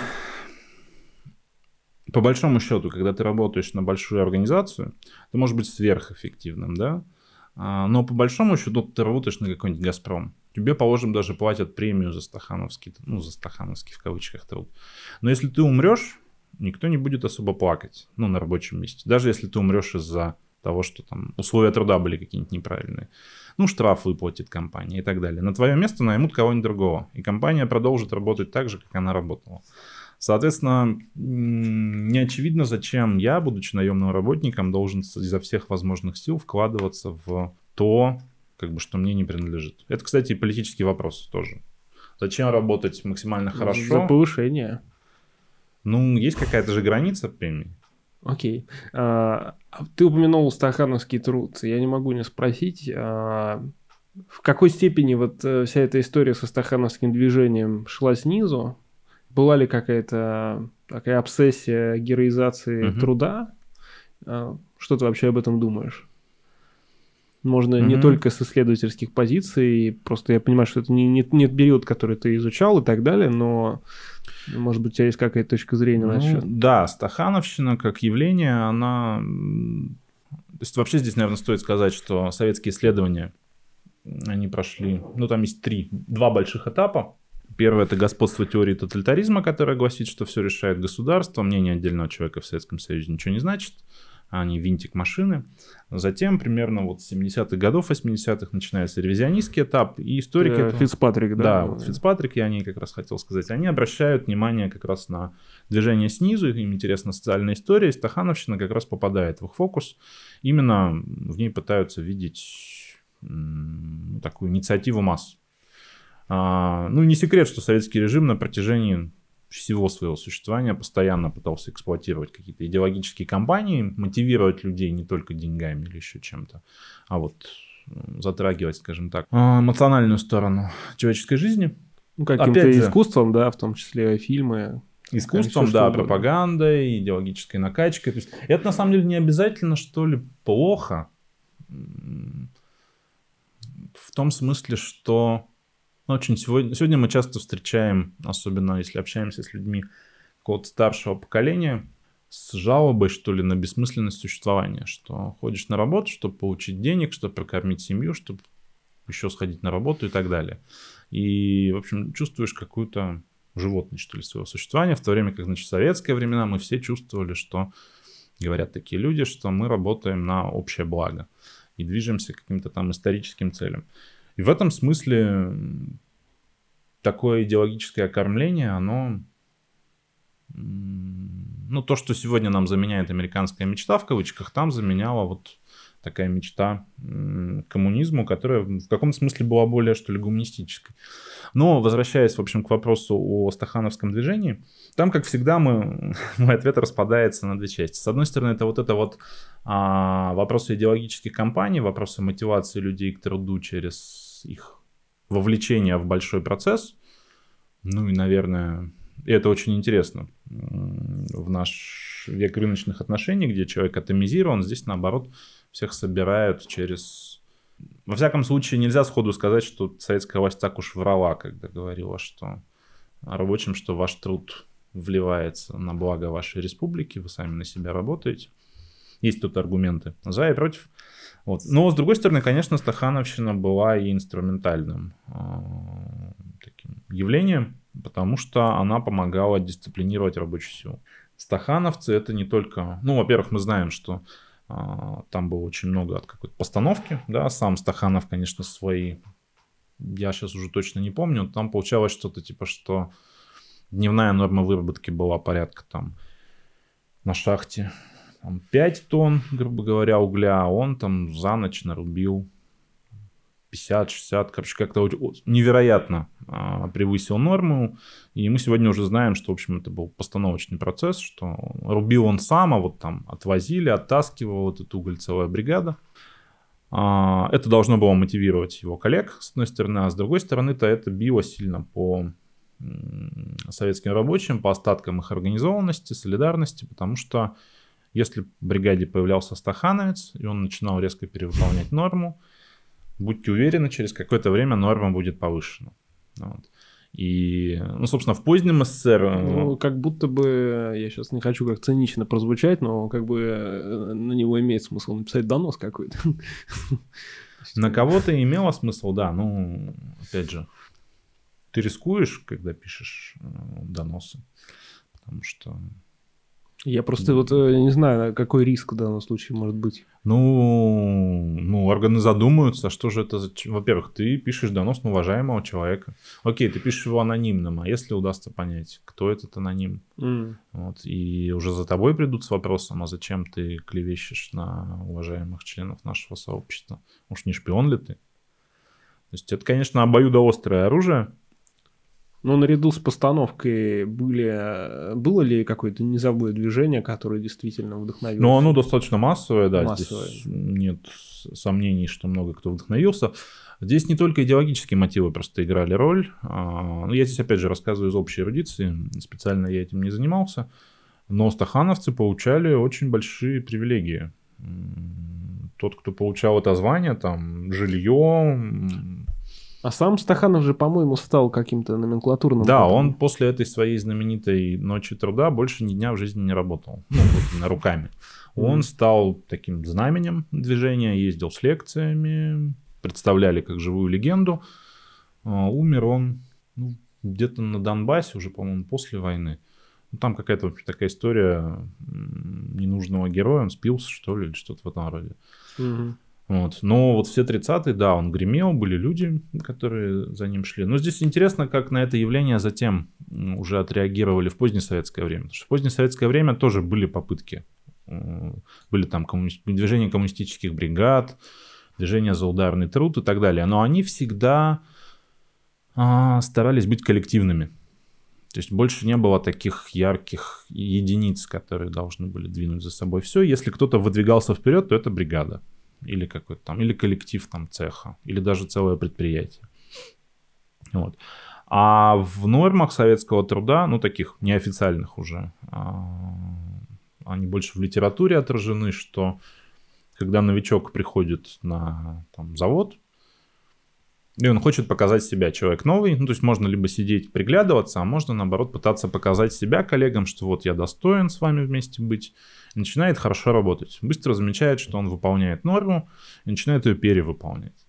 по большому счету, когда ты работаешь на большую организацию, ты можешь быть сверхэффективным, да, но по большому счету ты работаешь на какой-нибудь «Газпром». Тебе, положим, даже платят премию за стахановский, ну, за стахановский в кавычках труд. Но если ты умрешь, никто не будет особо плакать, ну, на рабочем месте. Даже если ты умрешь из-за того, что там условия труда были какие-нибудь неправильные. Ну, штраф выплатит компания и так далее. На твое место наймут кого-нибудь другого. И компания продолжит работать так же, как она работала. Соответственно, не очевидно, зачем я, будучи наемным работником, должен изо всех возможных сил вкладываться в то, как бы, что мне не принадлежит. Это, кстати, и политический вопрос тоже. Зачем работать максимально хорошо? За повышение. Ну, есть какая-то же граница премии. Окей. А, ты упомянул стахановский труд. Я не могу не спросить, а, в какой степени вот вся эта история со стахановским движением шла снизу? Была ли какая-то такая обсессия героизации угу. труда? А, что ты вообще об этом думаешь? Можно угу. не только с исследовательских позиций, просто я понимаю, что это не, не, не период, который ты изучал и так далее, но... Может быть, у тебя есть какая-то точка зрения на ну, счет? Да, стахановщина как явление, она... То есть вообще здесь, наверное, стоит сказать, что советские исследования, они прошли... Ну, там есть три, два больших этапа. Первый – это господство теории тоталитаризма, которая гласит, что все решает государство, мнение отдельного человека в Советском Союзе ничего не значит. они винтик машины. Затем, примерно вот с семидесятых годов, восьмидесятых начинается ревизионистский этап, и историки... Это этого... Фицпатрик, да? Да, вот Фицпатрик, я о ней как раз хотел сказать. Они обращают внимание как раз на движение снизу, им интересна социальная история, и стахановщина как раз попадает в их фокус. Именно в ней пытаются видеть м, такую инициативу масс. А, ну, не секрет, что советский режим на протяжении всего своего существования постоянно пытался эксплуатировать какие-то идеологические кампании, мотивировать людей не только деньгами или еще чем-то, а вот затрагивать, скажем так, эмоциональную сторону человеческой жизни. Ну, каким-то искусством, да, в том числе фильмы. Искусством, да, пропагандой, идеологической накачкой. То есть это на самом деле не обязательно, что ли, плохо. В том смысле, что очень сегодня, сегодня мы часто встречаем, особенно если общаемся с людьми какого-то старшего поколения, с жалобой, что ли, на бессмысленность существования. Что ходишь на работу, чтобы получить денег, чтобы прокормить семью, чтобы еще сходить на работу и так далее. И, в общем, чувствуешь какую-то животность, что ли, своего существования, в то время как, значит, в советские времена мы все чувствовали, что, говорят такие люди, что мы работаем на общее благо и движемся к каким-то там историческим целям. И в этом смысле такое идеологическое окормление, оно, ну, то, что сегодня нам заменяет американская мечта, в кавычках, там заменяла вот такая мечта коммунизму, которая в каком-то смысле была более, что ли, гуманистической. Но, возвращаясь, в общем, к вопросу о стахановском движении, там, как всегда, мы, мой ответ распадается на две части. С одной стороны, это вот это вот а, вопросы идеологических кампаний, вопросы мотивации людей к труду через их вовлечение в большой процесс. Ну и, наверное, и это очень интересно в наш век рыночных отношений, где человек атомизирован, здесь, наоборот, всех собирают через... Во всяком случае, нельзя сходу сказать, что советская власть так уж врала, когда говорила, что рабочим, что ваш труд вливается на благо вашей республики, вы сами на себя работаете. Есть тут аргументы за и против. Вот. Но, с другой стороны, конечно, стахановщина была и инструментальным э, таким явлением, потому что она помогала дисциплинировать рабочую силу. Стахановцы это не только... Ну, во-первых, мы знаем, что э, там было очень много от какой-то постановки. Да? Сам Стаханов, конечно, свои... Я сейчас уже точно не помню. Там получалось что-то типа, что дневная норма выработки была порядка там на шахте пять тонн, грубо говоря, угля, а он там за ночь нарубил пятьдесят-шестьдесят, короче, как-то невероятно а, превысил норму. И мы сегодня уже знаем, что, в общем, это был постановочный процесс, что рубил он сам, а вот там отвозили, оттаскивал вот эту уголь целая бригада. А, это должно было мотивировать его коллег, с одной стороны, а с другой стороны-то это било сильно по м, советским рабочим, по остаткам их организованности, солидарности, потому что если в бригаде появлялся стахановец, и он начинал резко перевыполнять норму, будьте уверены, через какое-то время норма будет повышена. Вот. И, ну, собственно, в позднем СССР... Ну, как будто бы, я сейчас не хочу как цинично прозвучать, но как бы на него имеет смысл написать донос какой-то. На кого-то имело смысл, да. Ну, опять же, ты рискуешь, когда пишешь доносы, потому что... Я просто вот не знаю, какой риск в данном случае может быть. Ну, ну, органы задумаются, что же это за... Во-первых, ты пишешь донос на уважаемого человека. Окей, ты пишешь его анонимным, а если удастся понять, кто этот аноним? Mm. Вот, и уже за тобой придут с вопросом, а зачем ты клевещешь на уважаемых членов нашего сообщества? Уж не шпион ли ты? То есть это, конечно, обоюдоострое оружие. Но наряду с постановкой были, было ли какое-то низовое движение, которое действительно вдохновилось? Ну, оно достаточно массовое, да. Массовое. Здесь нет сомнений, что много кто вдохновился. Здесь не только идеологические мотивы просто играли роль. Я здесь, опять же, рассказываю из общей эрудиции. Специально я этим не занимался. Но стахановцы получали очень большие привилегии. Тот, кто получал это звание, там, жилье... А сам Стаханов же, по-моему, стал каким-то номенклатурным. Да, потом. Он после этой своей знаменитой ночи труда больше ни дня в жизни не работал. Ну, вот, на руками. Он mm. стал таким знаменем движения, ездил с лекциями, представляли как живую легенду. Умер он ну, где-то на Донбассе уже, по-моему, после войны. Ну, там какая-то вообще такая история ненужного героя, он спился, что ли, или что-то в этом роде. Угу. Вот. Но вот все тридцатые, да, он гремел, были люди, которые за ним шли. Но здесь интересно, как на это явление затем уже отреагировали в позднее советское время. Потому что в позднее советское время тоже были попытки. Были там коммуни... движения коммунистических бригад, движения за ударный труд и так далее. Но они всегда а, старались быть коллективными. То есть больше не было таких ярких единиц, которые должны были двинуть за собой все. Если кто-то выдвигался вперед, то это бригада. Или какой-то там, или коллектив там цеха, или даже целое предприятие. Вот. А в нормах советского труда, ну таких неофициальных уже, они больше в литературе отражены, что когда новичок приходит на там, завод, и он хочет показать себя, человек новый, ну то есть можно либо сидеть приглядываться, а можно наоборот пытаться показать себя коллегам, что вот я достоин с вами вместе быть, и начинает хорошо работать. Быстро замечает, что он выполняет норму, и начинает ее перевыполнять.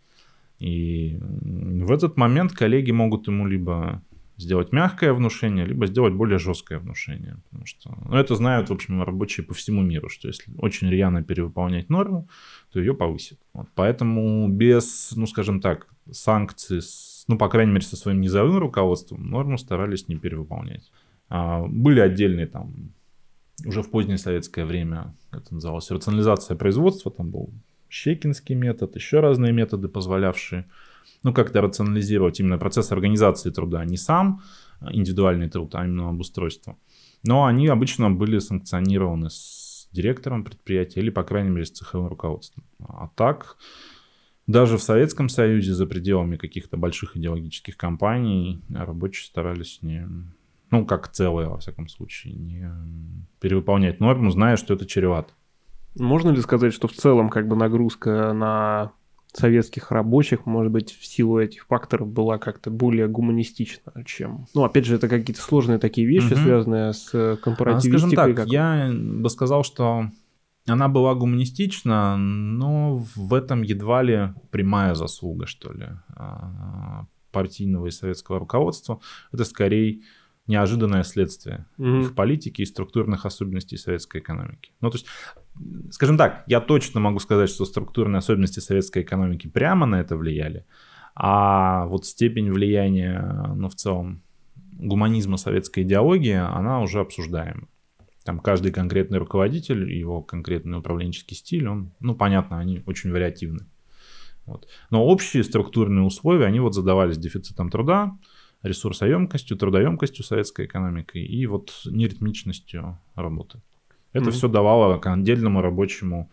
И в этот момент коллеги могут ему либо сделать мягкое внушение, либо сделать более жесткое внушение. Потому что ну, это знают, в общем, рабочие по всему миру, что если очень рьяно перевыполнять норму, то ее повысит. Вот. Поэтому без, ну, скажем так, санкций, ну, по крайней мере, со своим низовым руководством, норму старались не перевыполнять. А, были отдельные там, уже в позднее советское время, это называлось рационализация производства, там был Щекинский метод, еще разные методы, позволявшие ну, как-то рационализировать именно процесс организации труда, не сам индивидуальный труд, а именно обустройство. Но они обычно были санкционированы с директором предприятия или, по крайней мере, с цеховым руководством. А так, даже в Советском Союзе за пределами каких-то больших идеологических кампаний рабочие старались не, ну, как целое, во всяком случае, не перевыполнять норму, зная, что это чревато. Можно ли сказать, что в целом как бы нагрузка на советских рабочих, может быть, в силу этих факторов была как-то более гуманистична, чем... Ну, опять же, это какие-то сложные такие вещи, угу. связанные с корпоративистикой. Скажем так, как... я бы сказал, что она была гуманистична, но в этом едва ли прямая заслуга, что ли, партийного и советского руководства. Это скорее неожиданное следствие mm-hmm. их политики и структурных особенностей советской экономики. Ну, то есть, скажем так, я точно могу сказать, что структурные особенности советской экономики прямо на это влияли, а вот степень влияния, ну, в целом, гуманизма советской идеологии, она уже обсуждаема. Там каждый конкретный руководитель, его конкретный управленческий стиль, он, ну, понятно, они очень вариативны. Вот. Но общие структурные условия, они вот задавались дефицитом труда, ресурсоемкостью, трудоемкостью советской экономикой и вот неритмичностью работы. Это mm-hmm. все давало отдельному рабочему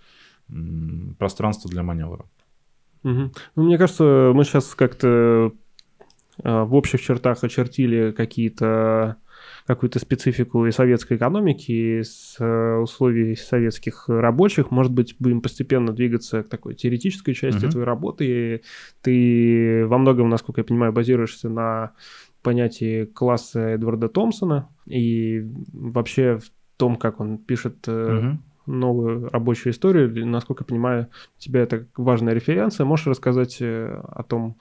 м, пространство для маневра. Mm-hmm. Ну, мне кажется, мы сейчас как-то э, в общих чертах очертили какие-то, какую-то специфику и советской экономики, и с э, условий советских рабочих. Может быть, будем постепенно двигаться к такой теоретической части mm-hmm. твоей работы. И ты во многом, насколько я понимаю, базируешься на понятии класса Эдварда Томпсона и вообще в том, как он пишет mm-hmm. новую рабочую историю. Насколько я понимаю, у тебя это важная референция. Можешь рассказать о том,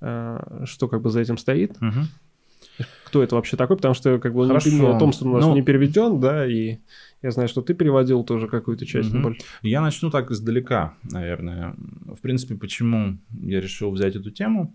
что как бы за этим стоит? Mm-hmm. Кто это вообще такой? Потому что как бы не, Томпсон у нас ну... не переведен, да, и я знаю, что ты переводил тоже какую-то часть. Mm-hmm. Я начну так издалека, наверное. В принципе, почему я решил взять эту тему?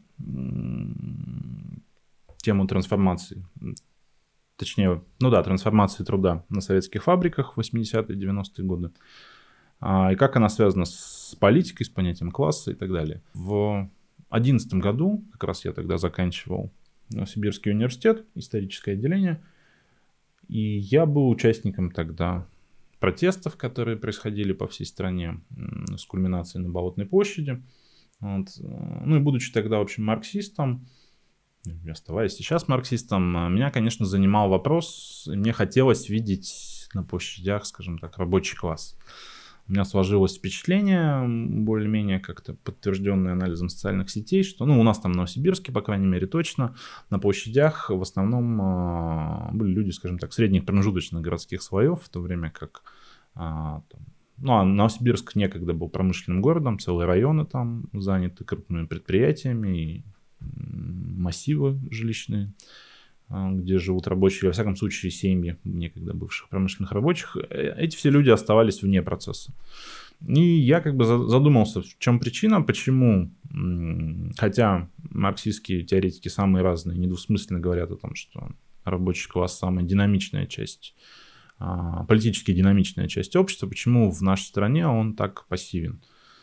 Тему трансформации, точнее, ну да, трансформации труда на советских фабриках в восьмидесятые девяностые годы. А, и как она связана с политикой, с понятием класса и так далее. В две тысячи одиннадцатом году, как раз я тогда заканчивал Новосибирский университет, историческое отделение, и я был участником тогда протестов, которые происходили по всей стране с кульминацией на Болотной площади. Вот. Ну и будучи тогда, в общем, марксистом, оставаясь сейчас марксистом, меня, конечно, занимал вопрос, и мне хотелось видеть на площадях, скажем так, рабочий класс. У меня сложилось впечатление, более-менее как-то подтвержденное анализом социальных сетей, что, ну, у нас там в Новосибирске, по крайней мере, точно, на площадях в основном были люди, скажем так, средних промежуточных городских слоев, в то время как, там, ну, а Новосибирск некогда был промышленным городом, целые районы там заняты крупными предприятиями и массивы жилищные где живут рабочие, во всяком случае, семьи некогда бывших промышленных рабочих, эти все люди оставались вне процесса. И я как бы задумался, в чем причина, почему, хотя марксистские теоретики самые разные, недвусмысленно говорят о том, что рабочий класс самая динамичная часть, политически динамичная часть общества, почему в нашей стране он так пассивен.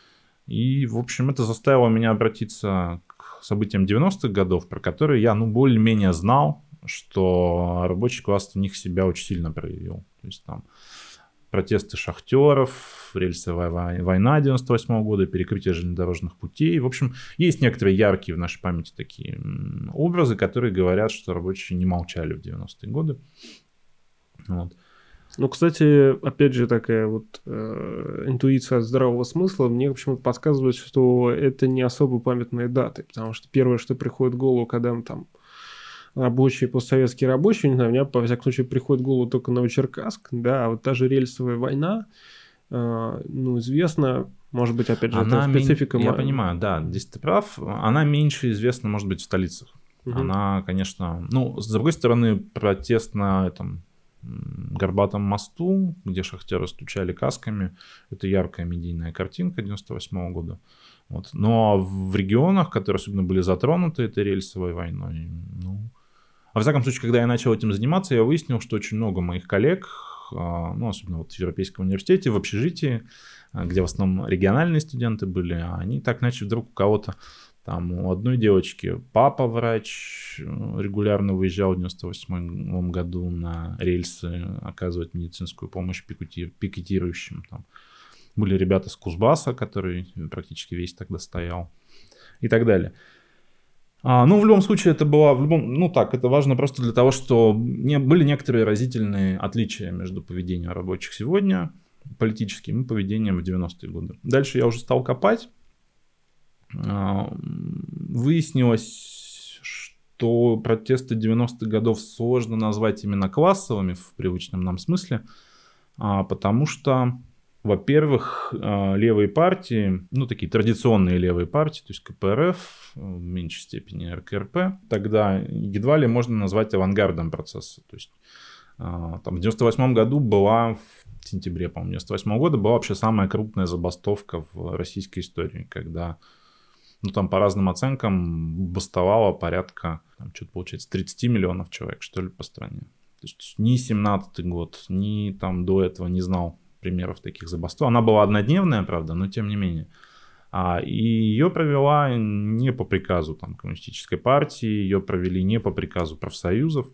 И, в общем, это заставило меня обратиться к событиям девяностых годов, про которые я, ну, более-менее знал, что рабочий класс в них себя очень сильно проявил. То есть там протесты шахтеров, рельсовая война девяносто восьмого года, перекрытие железнодорожных путей. В общем, есть некоторые яркие в нашей памяти такие образы, которые говорят, что рабочие не молчали в девяностые годы. Вот. Ну, кстати, опять же, такая вот э, интуиция от здравого смысла мне почему-то подсказывает, что это не особо памятные даты, потому что первое, что приходит в голову, когда мы там рабочие, постсоветские рабочие, не знаю, у меня, по всяком случае, приходит в голову только Новочеркасск, да, а вот та же рельсовая война, э, ну, известно, может быть, опять же, она это специфика... Мен... Я понимаю, да, здесь ты прав, она меньше известна, может быть, в столицах. Угу. Она, конечно, ну, с другой стороны, протест на этом Горбатом мосту, где шахтеры стучали касками, это яркая медийная картинка девяносто восьмого года. Вот. Но в регионах, которые особенно были затронуты этой рельсовой войной, ну... А во всяком случае, когда я начал этим заниматься, я выяснил, что очень много моих коллег, ну, особенно вот в Европейском университете, в общежитии, где в основном региональные студенты были, они так начали вдруг у кого-то, там у одной девочки папа врач, регулярно выезжал в девяносто восьмом году на рельсы оказывать медицинскую помощь пикетирующим. Там были ребята с Кузбасса, который практически весь тогда стоял, и так далее. А, ну, в любом случае, это было, в любом, ну так, это важно просто для того, что не, были некоторые разительные отличия между поведением рабочих сегодня, политическим, и поведением в девяностые годы. Дальше я уже стал копать. Выяснилось, что протесты девяностых годов сложно назвать именно классовыми в привычном нам смысле, потому что, во-первых, левые партии, ну такие традиционные левые партии, то есть ка пэ эр эф, в меньшей степени эр ка эр пэ, тогда едва ли можно назвать авангардом процесса. То есть там, в девяносто восьмом году была, в сентябре, по-моему, девяносто восьмого года была вообще самая крупная забастовка в российской истории, когда... Ну, там по разным оценкам бастовало порядка, там, что-то получается, тридцать миллионов человек, что ли, по стране. То есть ни семнадцатый год, ни там до этого не знал примеров таких забастовок. Она была однодневная, правда, но тем не менее. А, и ее провела не по приказу там, коммунистической партии, ее провели не по приказу профсоюзов,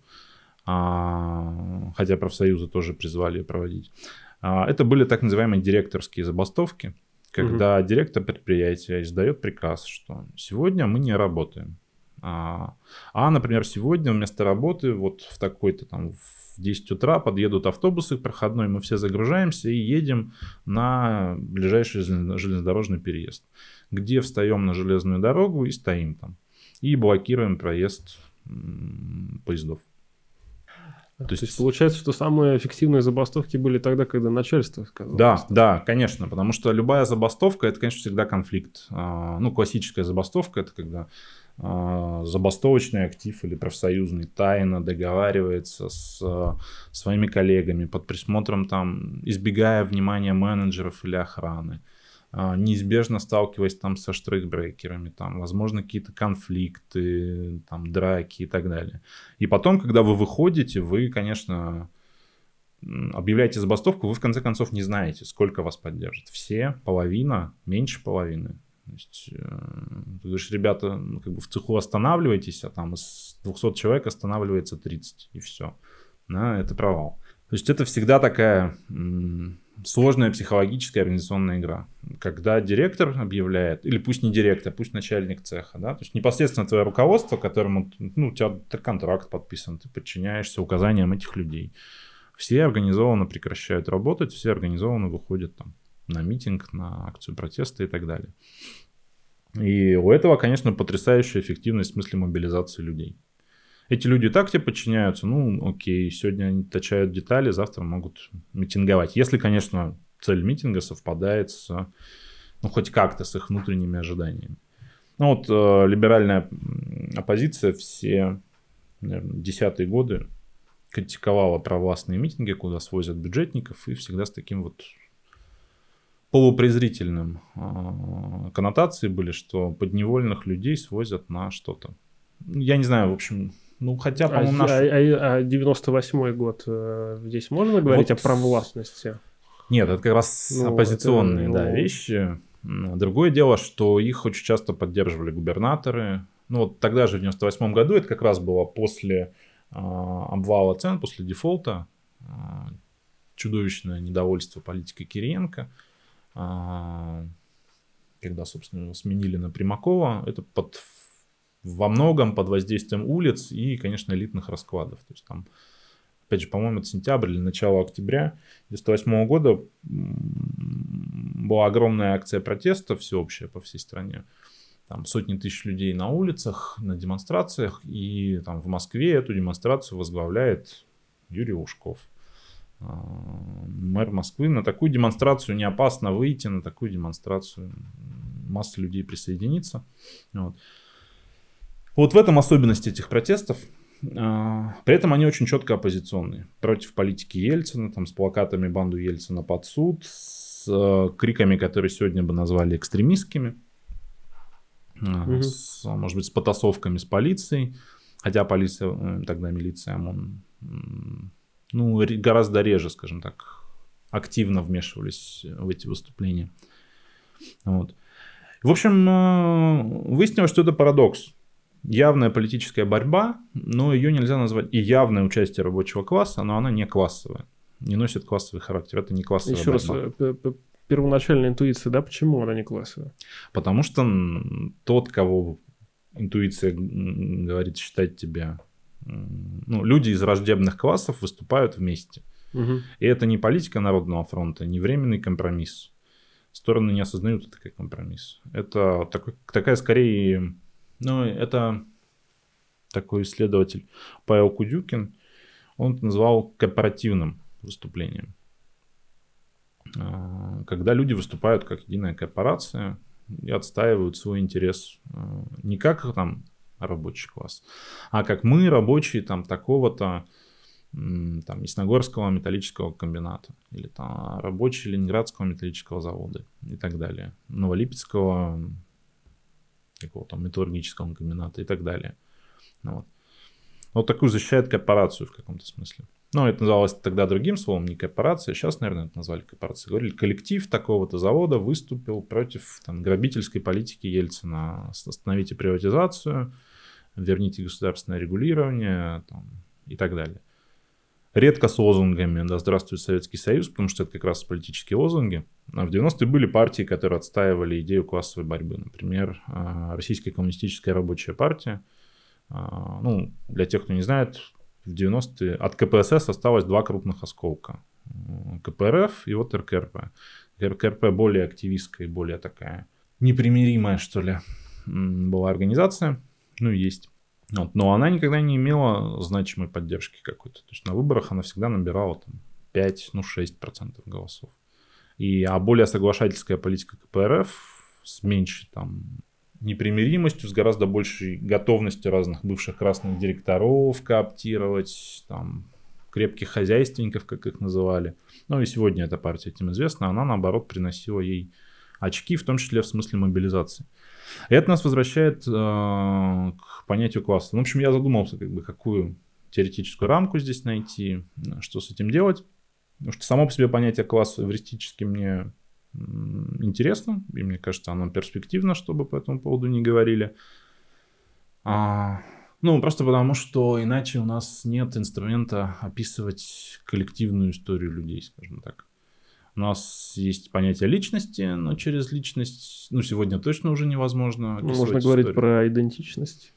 а, хотя профсоюзы тоже призвали ее проводить. А, это были так называемые директорские забастовки, когда угу. директор предприятия издает приказ, что сегодня мы не работаем. А, а, например, сегодня вместо работы вот в такой-то там в десять утра подъедут автобусы проходной, мы все загружаемся и едем на ближайший железнодорожный переезд, где встаем на железную дорогу и стоим там. И блокируем проезд м, поездов. То, То есть, есть получается, что самые эффективные забастовки были тогда, когда начальство сказало. Да, да, конечно, потому что любая забастовка, это, конечно, всегда конфликт. Ну, классическая забастовка, это когда забастовочный актив или профсоюзный тайно договаривается с своими коллегами под присмотром, там, избегая внимания менеджеров или охраны, неизбежно сталкиваясь там со штрейкбрекерами, там, возможно, какие-то конфликты, там, драки и так далее. И потом, когда вы выходите, вы, конечно, объявляете забастовку, вы в конце концов не знаете, сколько вас поддержит. Все, половина, меньше половины. То есть, ты говоришь, ребята, как бы в цеху останавливайтесь, а там из двухсот человек останавливается тридцать, и все. Да, это провал. То есть это всегда такая м- сложная психологическая организационная игра. Когда директор объявляет, или пусть не директор, пусть начальник цеха, да, то есть непосредственно твое руководство, которому, ну, у тебя контракт подписан, ты подчиняешься указаниям этих людей. Все организованно прекращают работать, все организованно выходят там на митинг, на акцию протеста и так далее. И у этого, конечно, потрясающая эффективность в смысле мобилизации людей. Эти люди и так тебе подчиняются, ну окей, сегодня они точают детали, завтра могут митинговать. Если, конечно, цель митинга совпадает с, ну хоть как-то с их внутренними ожиданиями. Ну вот э, либеральная оппозиция все наверное, десятые годы критиковала провластные митинги, куда свозят бюджетников, и всегда с таким вот полупрезрительным э, коннотацией были, что подневольных людей свозят на что-то. Я не знаю, в общем, ну хотя, по-моему, а, наш... а, а девяносто восьмой год, э, здесь можно говорить вот... о провластности? Нет, это как раз ну, оппозиционные это, да, ну... вещи. Другое дело, что их очень часто поддерживали губернаторы. Ну вот тогда же, в девяносто восьмом году, это как раз было после э, обвала цен, после дефолта, э, чудовищное недовольство политикой Кириенко. Когда, собственно, его сменили на Примакова, это под, во многом под воздействием улиц и, конечно, элитных раскладов. То есть там, опять же, по-моему, это сентябрь или начало октября девяносто восьмого года была огромная акция протеста всеобщая по всей стране. Там сотни тысяч людей на улицах, на демонстрациях, и там в Москве эту демонстрацию возглавляет Юрий Лужков. Мэр Москвы. На такую демонстрацию не опасно выйти, на такую демонстрацию масса людей присоединится. Вот. Вот в этом особенность этих протестов. При этом они очень четко оппозиционные. Против политики Ельцина, там, с плакатами «Банду Ельцина под суд», с криками, которые сегодня бы назвали экстремистскими, угу. с, может быть, с потасовками с полицией. Хотя полиция, тогда милиция, ОМОН, ну, гораздо реже, скажем так, активно вмешивались в эти выступления. Вот. В общем, выяснилось, что это парадокс. Явная политическая борьба, но ее нельзя назвать и явное участие рабочего класса, но она не классовая, не носит классовый характер. Это не классовая Еще борьба. раз, первоначальная интуиция, да, почему она не классовая? Потому что тот, кого интуиция говорит считать тебя... Ну, люди из враждебных классов выступают вместе. Угу. И это не политика Народного фронта, не временный компромисс. Стороны не осознают это как компромисс. Это такой, такая скорее... Ну, это такой исследователь Павел Кудюкин. Он это назвал корпоративным выступлением. Когда люди выступают как единая корпорация и отстаивают свой интерес не как там рабочий класс, а как мы, рабочие там такого-то там, Ясногорского металлического комбината или там рабочие Ленинградского металлического завода и так далее, Новолипецкого какого-то металлургического комбината и так далее. Вот. Вот такую защищает корпорацию в каком-то смысле. Ну, это называлось тогда другим словом, не корпорация. Сейчас, наверное, это назвали корпорацией. Говорили, коллектив такого-то завода выступил против там, грабительской политики Ельцина. Остановите приватизацию, верните государственное регулирование там, и так далее. Редко с лозунгами «Да здравствует Советский Союз», потому что это как раз политические лозунги. А в девяностые были партии, которые отстаивали идею классовой борьбы. Например, Российская коммунистическая рабочая партия. Ну, для тех, кто не знает, в девяностые от ка пэ эс эс осталось два крупных осколка. ка пэ эр эф и вот эр ка эр пэ. эр ка эр пэ более активистская и более такая непримиримая, что ли, была организация. Ну, есть. Вот. Но она никогда не имела значимой поддержки какой-то. То есть на выборах она всегда набирала там, пять, ну, шесть процентов голосов. И, а более соглашательская политика ка пэ эр эф с меньшей там непримиримостью, с гораздо большей готовностью разных бывших красных директоров кооптировать, там, крепких хозяйственников, как их называли. Ну и сегодня эта партия этим известна, она наоборот приносила ей очки, в том числе в смысле мобилизации. И это нас возвращает э, к понятию класса. Ну, в общем, я задумался, как бы, какую теоретическую рамку здесь найти, что с этим делать. Потому что само по себе понятие класса эвристически мне интересно, и мне кажется, оно перспективно, чтобы по этому поводу не говорили. А, ну, просто потому, что иначе у нас нет инструмента описывать коллективную историю людей, скажем так. У нас есть понятие личности, но через личность, ну, сегодня точно уже невозможно описывать Можно историю. говорить про идентичность.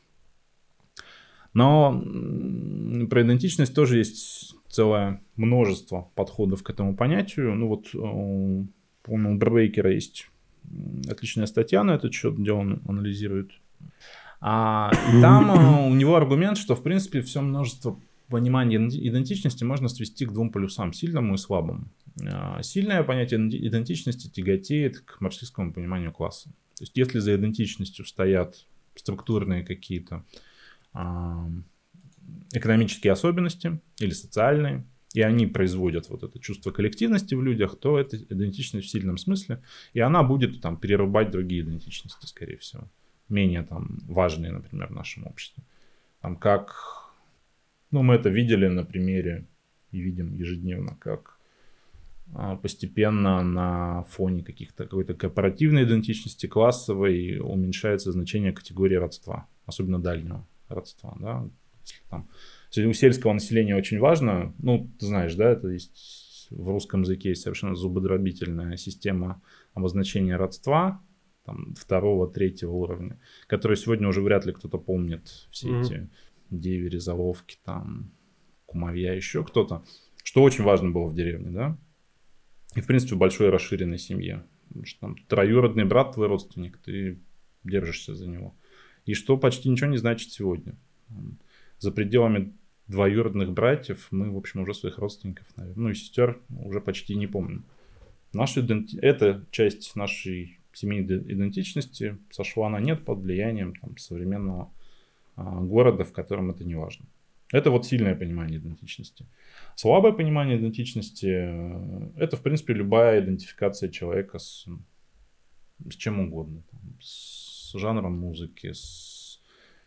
Но про идентичность тоже есть целое множество подходов к этому понятию. Ну вот, по-моему, у Брейкера есть отличная статья на этот счет, где он анализирует. А, и там у него аргумент, что, в принципе, все множество понимания идентичности можно свести к двум полюсам, сильному и слабому. Сильное понятие идентичности тяготеет к марксистскому пониманию класса. То есть, если за идентичностью стоят структурные какие-то экономические особенности или социальные, и они производят вот это чувство коллективности в людях, то это идентичность в сильном смысле, и она будет там перерубать другие идентичности, скорее всего, менее там важные, например, в нашем обществе. Там как, ну мы это видели на примере и видим ежедневно, как постепенно на фоне каких-то какой-то корпоративной идентичности, классовой, уменьшается значение категории родства, особенно дальнего родства, да, если там у сельского населения очень важно, ну, ты знаешь, да, это есть в русском языке есть совершенно зубодробительная система обозначения родства, там, второго, третьего уровня, которую сегодня уже вряд ли кто-то помнит, все mm-hmm. эти девери, заловки, там, кумовья, еще кто-то, что очень важно было в деревне, да, и, в принципе, в большой расширенной семье, потому что там троюродный брат твой родственник, ты держишься за него, и что почти ничего не значит сегодня. За пределами двоюродных братьев мы, в общем, уже своих родственников, наверное, ну и сестер уже почти не помним. Наша иденти... Эта часть нашей семейной идентичности сошла на нет под влиянием там, современного а, города, в котором это не важно. Это вот сильное понимание идентичности. Слабое понимание идентичности – это, в принципе, любая идентификация человека с, с чем угодно. Там, с жанром музыки, с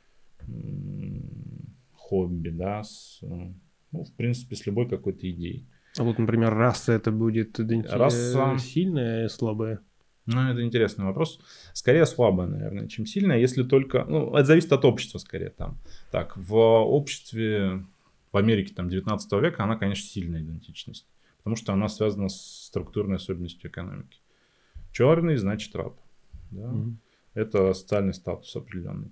хобби, да, с, ну, в принципе, с любой какой-то идеей. А вот, например, раса это будет иденти... раса... сильная и слабая? Ну, это интересный вопрос. Скорее слабая, наверное, чем сильная, если только... Ну, это зависит от общества, скорее, там. Так, в обществе, в Америке, там, девятнадцатого века, она, конечно, сильная идентичность. Потому что она связана с структурной особенностью экономики. Черный, значит, раб. Да? Mm-hmm. Это социальный статус определенный.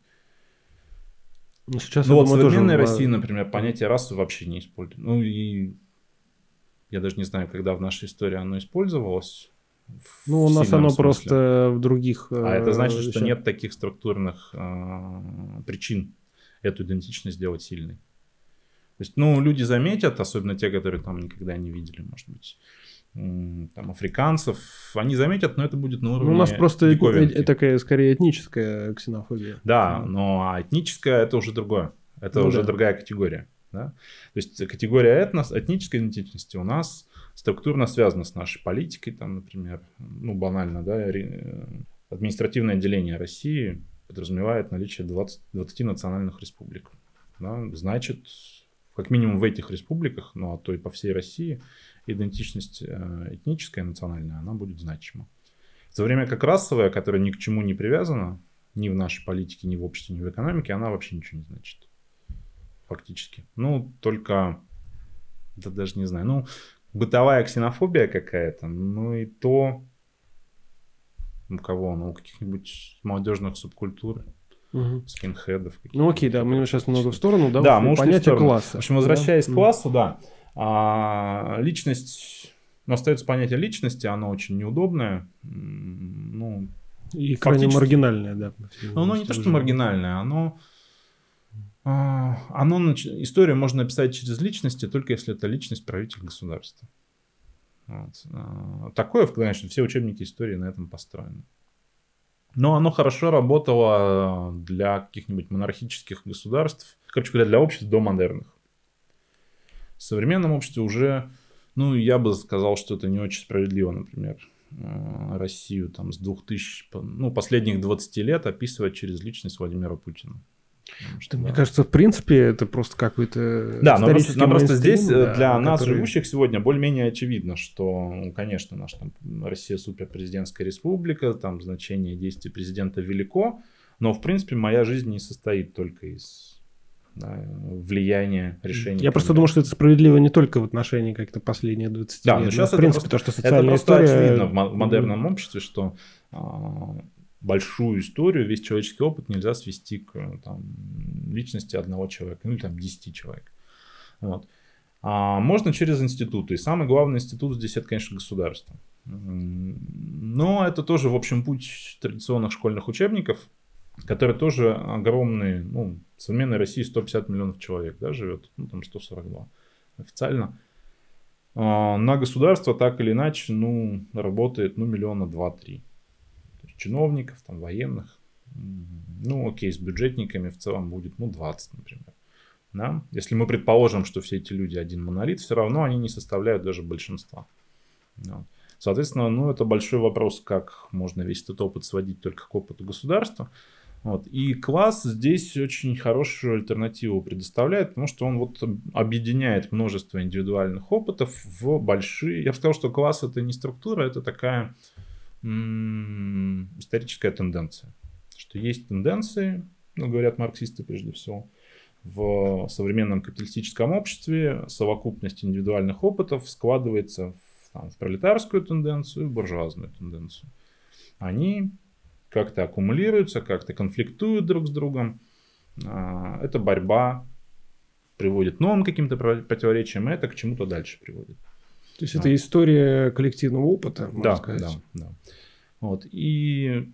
Ну, сейчас, ну, я вот думаю, в современной тоже... России, например, понятие расы вообще не используют. Ну, и я даже не знаю, когда в нашей истории оно использовалось. Ну, у нас оно смысле. Просто в других... А это значит, вещах. Что нет таких структурных э, причин эту идентичность сделать сильной. То есть, ну, люди заметят, особенно те, которые там никогда не видели, может быть, э, там, африканцев, они заметят, но это будет на уровне ну, у нас просто диковинки. Это такая, скорее, этническая ксенофобия. Да, mm. но этническая это уже другое. Это ну, уже да. другая категория. Да? То есть, категория этнос, этнической идентичности у нас структурно связано с нашей политикой, там, например, ну, банально, да, административное отделение России подразумевает наличие двадцати национальных республик. Да? Значит, как минимум в этих республиках, ну, а то и по всей России, идентичность этническая, национальная, она будет значима. В то время как расовая, которая ни к чему не привязана, ни в нашей политике, ни в обществе, ни в экономике, она вообще ничего не значит. Фактически. Ну, только, да даже не знаю, ну, бытовая ксенофобия какая-то, ну и то, у кого, ну, у каких-нибудь молодежных субкультур, угу. скинхедов. Ну окей, да, мы сейчас немного в сторону, да, да мы понятие класса. В общем, возвращаясь да? к классу, да, а, личность, ну, остается понятие личности, оно очень неудобное, ну, и крайне маргинальное, да. Ну, оно не то, что маргинальное, оно... Оно, историю можно написать через личности, только если это личность правитель государства. Вот. Такое, конечно, все учебники истории на этом построены. Но оно хорошо работало для каких-нибудь монархических государств, короче говоря, для обществ домодерных. В современном обществе уже, ну, я бы сказал, что это не очень справедливо, например, Россию там с двухтысячных, ну, последних двадцати лет описывать через личность Владимира Путина. Что, да. Мне кажется, в принципе, это просто какой-то да, но просто, но просто здесь да, для который... нас, живущих сегодня, более-менее очевидно, что, ну, конечно, наша там, Россия суперпрезидентская республика, там значение действий президента велико, но, в принципе, моя жизнь не состоит только из да, влияния решений. Я просто думаю, что это справедливо не только в отношении как-то последние двадцати да, лет. Но сейчас но, в принципе, просто, то, что социальная это просто история... очевидно в модерном mm-hmm. обществе, что... большую историю, весь человеческий опыт нельзя свести к там, личности одного человека, ну или там десяти человек. Вот. А можно через институты. И самый главный институт здесь это, конечно, государство. Но это тоже, в общем, путь традиционных школьных учебников, которые тоже огромные. Ну, в современной России сто пятьдесят миллионов человек да, живет, ну там сто сорок два официально. А на государство так или иначе ну, работает ну, миллиона два-три. Чиновников, там, военных, ну, окей, с бюджетниками в целом будет, ну, двадцать, например. Да? Если мы предположим, что все эти люди один монолит, все равно они не составляют даже большинства. Да. Соответственно, ну, это большой вопрос, как можно весь этот опыт сводить только к опыту государства. Вот. И класс здесь очень хорошую альтернативу предоставляет, потому что он вот объединяет множество индивидуальных опытов в большие... Я бы сказал, что класс — это не структура, это такая м- историческая тенденция. Что есть тенденции, ну, говорят марксисты прежде всего, в современном капиталистическом обществе совокупность индивидуальных опытов складывается в, там, в пролетарскую тенденцию, в буржуазную тенденцию. Они как-то аккумулируются, как-то конфликтуют друг с другом. Эта борьба приводит к новым каким-то противоречиям, и это к чему-то дальше приводит. То есть, да. Это история коллективного опыта, можно да, сказать. Да, да. Вот. И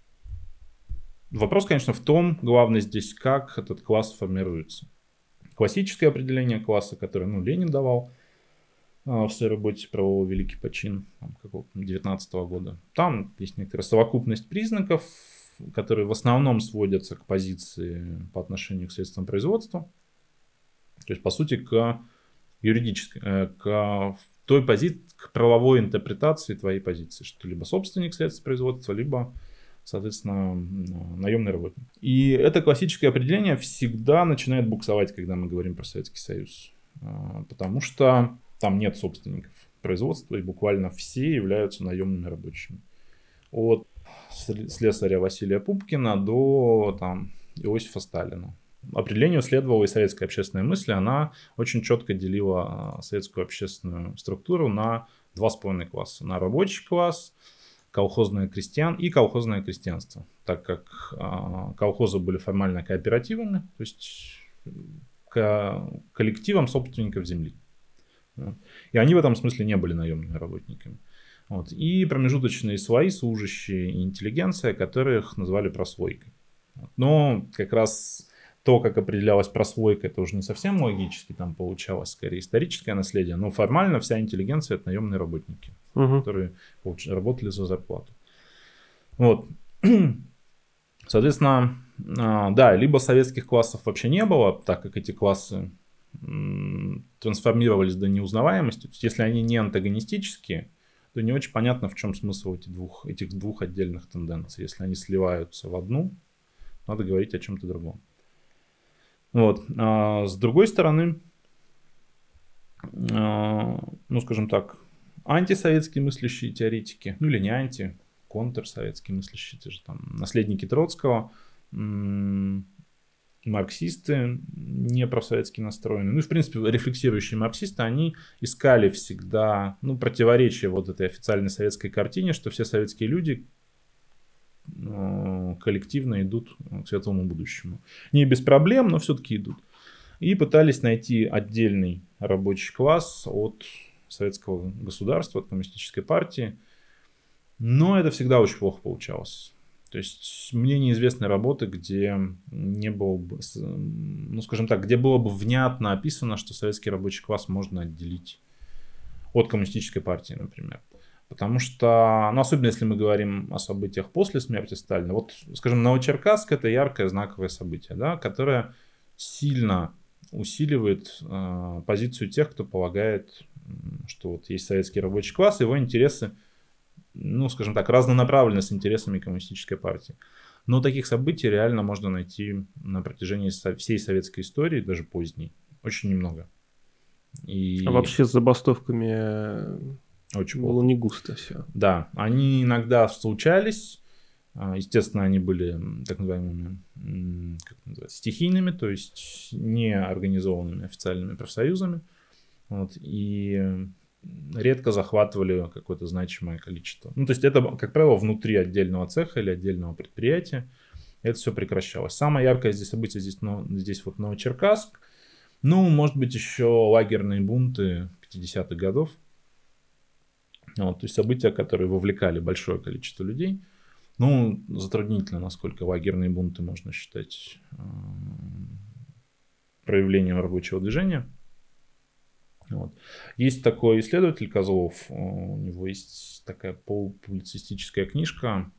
вопрос, конечно, в том, главное здесь, как этот класс формируется. Классическое определение класса, которое, ну, Ленин давал в своей работе про великий почин девятнадцатого года. Там есть некоторая совокупность признаков, которые в основном сводятся к позиции по отношению к средствам производства. То есть, по сути, к юридической, к той позиции, к правовой интерпретации твоей позиции, что ты либо собственник средств производства, либо, соответственно, наемный работник. И это классическое определение всегда начинает буксовать, когда мы говорим про Советский Союз. Потому что там нет собственников производства, и буквально все являются наемными рабочими. От слесаря Василия Пупкина до там, Иосифа Сталина. Определению следовала и советская общественная мысль. Она очень четко делила советскую общественную структуру на два с половиной класса. На рабочий класс, колхозное крестьян и колхозное крестьянство. Так как а, колхозы были формально кооперативами, то есть к коллективам собственников земли. И они в этом смысле не были наемными работниками. Вот. И промежуточные слои, служащие и интеллигенция, которых называли прослойкой. Но как раз то, как определялась прослойка, это уже не совсем логически, там получалось скорее историческое наследие, но формально вся интеллигенция — это наемные работники, угу. которые работали за зарплату. Вот. Соответственно, да, либо советских классов вообще не было, так как эти классы трансформировались до неузнаваемости. То есть, если они не антагонистические, то не очень понятно, в чем смысл этих двух, этих двух отдельных тенденций. Если они сливаются в одну, надо говорить о чем-то другом. Вот. А с другой стороны, а, ну, скажем так, антисоветские мыслящие теоретики, ну или не анти, контрсоветские мыслящие, те же там наследники Троцкого, марксисты, не просоветски настроенные, ну и в принципе рефлексирующие марксисты, они искали всегда, ну, противоречие вот этой официальной советской картине, что все советские люди э, коллективно идут к светлому будущему. Не без проблем, но все-таки идут. И пытались найти отдельный рабочий класс от советского государства, от коммунистической партии, но это всегда очень плохо получалось. То есть мне неизвестны работы, где не было бы, ну скажем так, где было бы внятно описано, что советский рабочий класс можно отделить от коммунистической партии, например. Потому что, ну особенно если мы говорим о событиях после смерти Сталина, вот, скажем, Новочеркасск — это яркое знаковое событие, да, которое сильно усиливает э, позицию тех, кто полагает, что вот есть советский рабочий класс, его интересы, ну, скажем так, разнонаправлены с интересами коммунистической партии. Но таких событий реально можно найти на протяжении всей советской истории, даже поздней, очень немного. И... А вообще с забастовками очень было плохо. Не густо все. Да, они иногда случались. Естественно, они были так называемыми как называется, стихийными, то есть не организованными официальными профсоюзами. Вот, и редко захватывали какое-то значимое количество. Ну, то есть это, как правило, внутри отдельного цеха или отдельного предприятия. Это все прекращалось. Самое яркое здесь событие здесь, ну, здесь вот Новочеркасск. Ну, может быть, еще лагерные бунты пятидесятых годов. Вот, то есть события, которые вовлекали большое количество людей. Ну, затруднительно, насколько лагерные бунты можно считать э, проявлением рабочего движения. Вот. Есть такой исследователь Козлов, у него есть такая полупублицистическая книжка,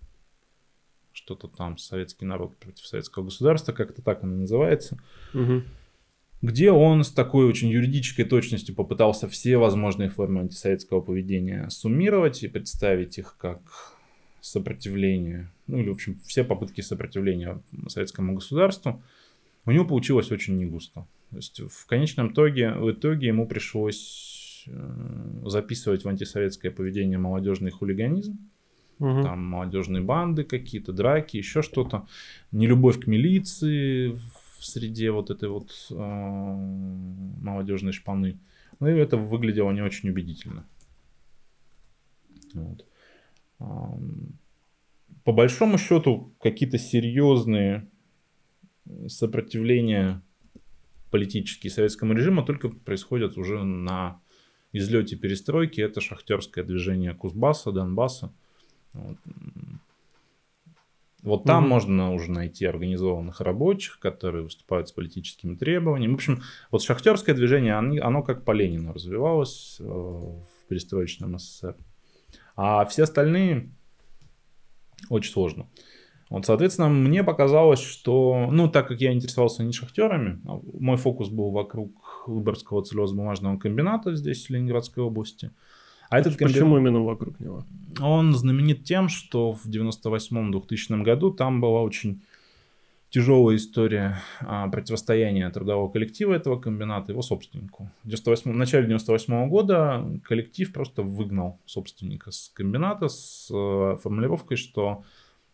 что-то там «Советский народ против советского государства», как-то так она называется. Угу. где он с такой очень юридической точностью попытался все возможные формы антисоветского поведения суммировать и представить их как сопротивление, ну или, в общем, все попытки сопротивления советскому государству. У него получилось очень негусто. То есть в конечном итоге, в итоге ему пришлось записывать в антисоветское поведение молодежный хулиганизм, угу. Там молодежные банды какие-то, драки, еще что-то, нелюбовь к милиции в среде вот этой вот э, молодежной шпаны. Ну и это выглядело не очень убедительно. Вот. По большому счету, какие-то серьезные сопротивления политические советскому режиму только происходят уже на излете перестройки. Это шахтерское движение Кузбасса, Донбасса. Вот, вот там угу. можно уже найти организованных рабочих, которые выступают с политическими требованиями. В общем, вот шахтерское движение, оно, оно как по Ленину развивалось э, в перестроечном СССР. А все остальные очень сложно. Вот, соответственно, мне показалось, что, ну, так как я интересовался не шахтерами, мой фокус был вокруг Выборгского целлюлозно-бумажного комбината здесь, в Ленинградской области. А этот комбинат, почему именно вокруг него? Он знаменит тем, что в девяносто восьмом — двухтысячном году там была очень тяжелая история а, противостояния трудового коллектива этого комбината его собственнику. В, в начале девяносто восьмого года коллектив просто выгнал собственника с комбината с э, формулировкой, что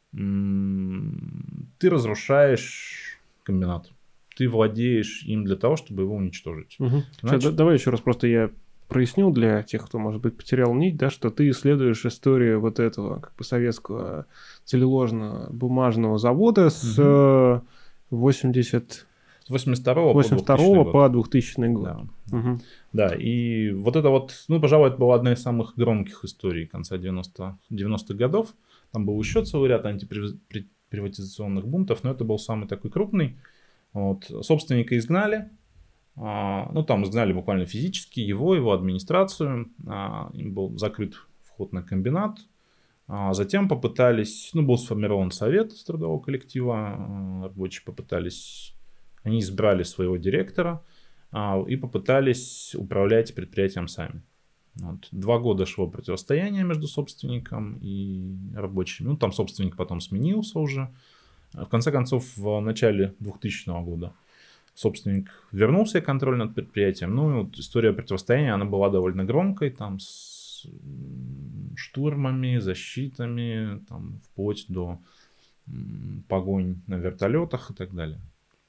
м- ты разрушаешь комбинат, ты владеешь им для того, чтобы его уничтожить. Угу. Значит... Сейчас, давай еще раз просто я проясню для тех, кто, может быть, потерял нить, да, что ты исследуешь историю вот этого как бы советского целлюлозно-бумажного завода с угу. восемьдесят второго по двухтысячный год. Да. Угу. Да, и вот это вот, ну, пожалуй, это была одна из самых громких историй конца девяностых годов. Там был еще целый ряд антиприватизационных бунтов, но это был самый такой крупный. Вот. Собственника изгнали. Ну, там изгнали буквально физически его, его администрацию. Им был закрыт вход на комбинат. Затем попытались, ну, был сформирован совет из трудового коллектива. Рабочие попытались, они избрали своего директора и попытались управлять предприятием сами. Вот. Два года шло противостояние между собственником и рабочими. Ну, там собственник потом сменился уже. В конце концов, в начале двухтысячного года собственник вернул себе контроль над предприятием. Ну, вот история противостояния, она была довольно громкой, там с штурмами, защитами, там, вплоть до погонь на вертолетах и так далее.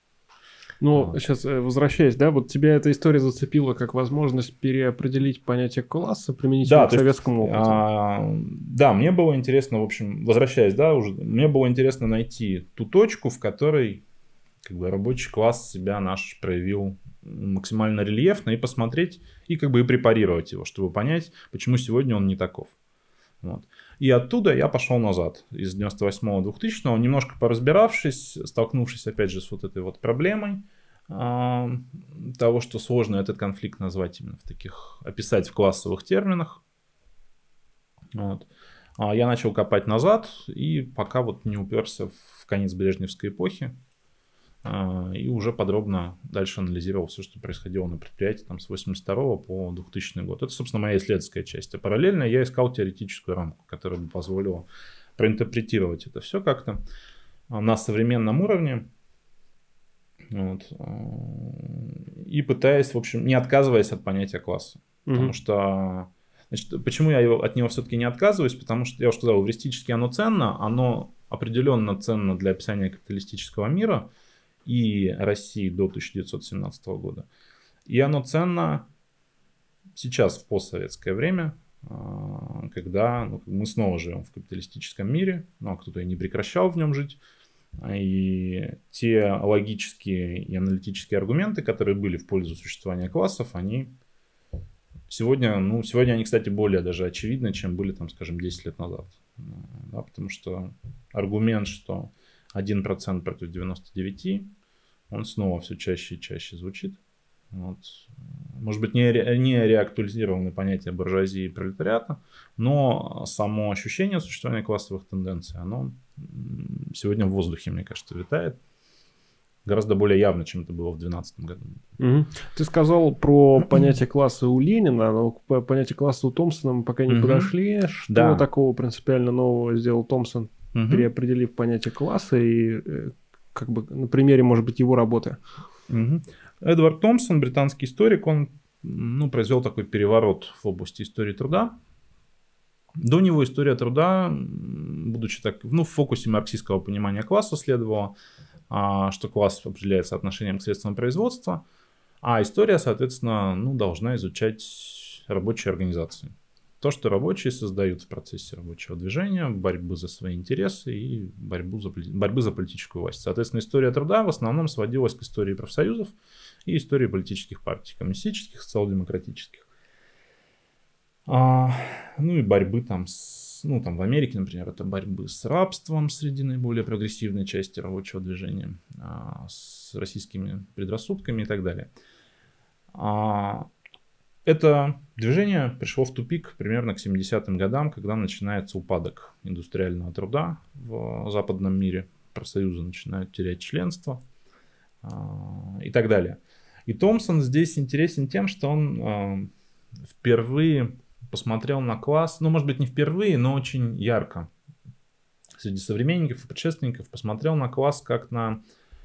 Ну, а. сейчас возвращаясь, да, вот тебя эта история зацепила как возможность переопределить понятие класса применительно да, к советскому есть, опыту. А, да, мне было интересно, в общем, возвращаясь, да, уже, мне было интересно найти ту точку, в которой как бы рабочий класс себя наш проявил максимально рельефно, и посмотреть, и как бы и препарировать его, чтобы понять, почему сегодня он не таков. Вот. И оттуда я пошел назад, из девяносто восьмого — двухтысячного, немножко поразбиравшись, столкнувшись опять же с вот этой вот проблемой э, того, что сложно этот конфликт назвать именно в таких, описать в классовых терминах. Вот. А я начал копать назад, и пока вот не уперся в конец брежневской эпохи, и уже подробно дальше анализировал все, что происходило на предприятии там, с восемьдесят второго по двухтысячный год. Это, собственно, моя исследовательская часть. А параллельно я искал теоретическую рамку, которая бы позволила проинтерпретировать это все как-то на современном уровне. Вот. И пытаясь, в общем, не отказываясь от понятия класса. Mm-hmm. Потому что... Значит, почему я его, от него все-таки не отказываюсь? Потому что, я уже сказал, эвристически оно ценно. Оно определенно ценно для описания капиталистического мира и России до тысяча девятьсот семнадцатого года. И оно ценно сейчас, в постсоветское время, когда ну, мы снова живем в капиталистическом мире, ну, а кто-то и не прекращал в нем жить. И те логические и аналитические аргументы, которые были в пользу существования классов, они сегодня, ну, сегодня они, кстати, более даже очевидны, чем были, там, скажем, десять лет назад. Да, потому что аргумент, что один процент против девяноста девяти, он снова все чаще и чаще звучит. Вот. Может быть, не, ре, не реактуализированы понятия буржуазии и пролетариата, но само ощущение существования классовых тенденций, оно сегодня в воздухе, мне кажется, витает. гораздо более явно, чем это было в две тысячи двенадцатом году. Угу. Ты сказал про понятие класса у Ленина, но к понятию класса у Томпсона мы пока не угу. подошли. Что да. такого принципиально нового сделал Томпсон, угу. переопределив понятие класса и как бы на примере, может быть, его работы? Угу. Эдвард Томпсон, британский историк, он ну, произвел такой переворот в области истории труда. До него история труда, будучи так, ну, в фокусе марксистского понимания класса следовало, что класс определяется отношением к средствам производства, а история, соответственно, ну, должна изучать рабочие организации. То, что рабочие создают в процессе рабочего движения, борьбы за свои интересы и борьбу за, борьбы за политическую власть. Соответственно, история труда в основном сводилась к истории профсоюзов и истории политических партий, коммунистических, социал-демократических. А, ну и борьбы там, с, ну там в Америке, например, это борьбы с рабством среди наиболее прогрессивной части рабочего движения, а, с российскими предрассудками и так далее. А, это движение пришло в тупик примерно к семидесятым годам, когда начинается упадок индустриального труда в западном мире, профсоюзы начинают терять членство а, и так далее. И Томпсон здесь интересен тем, что он а, впервые посмотрел на класс, ну, может быть, не впервые, но очень ярко среди современников и предшественников посмотрел на класс как на...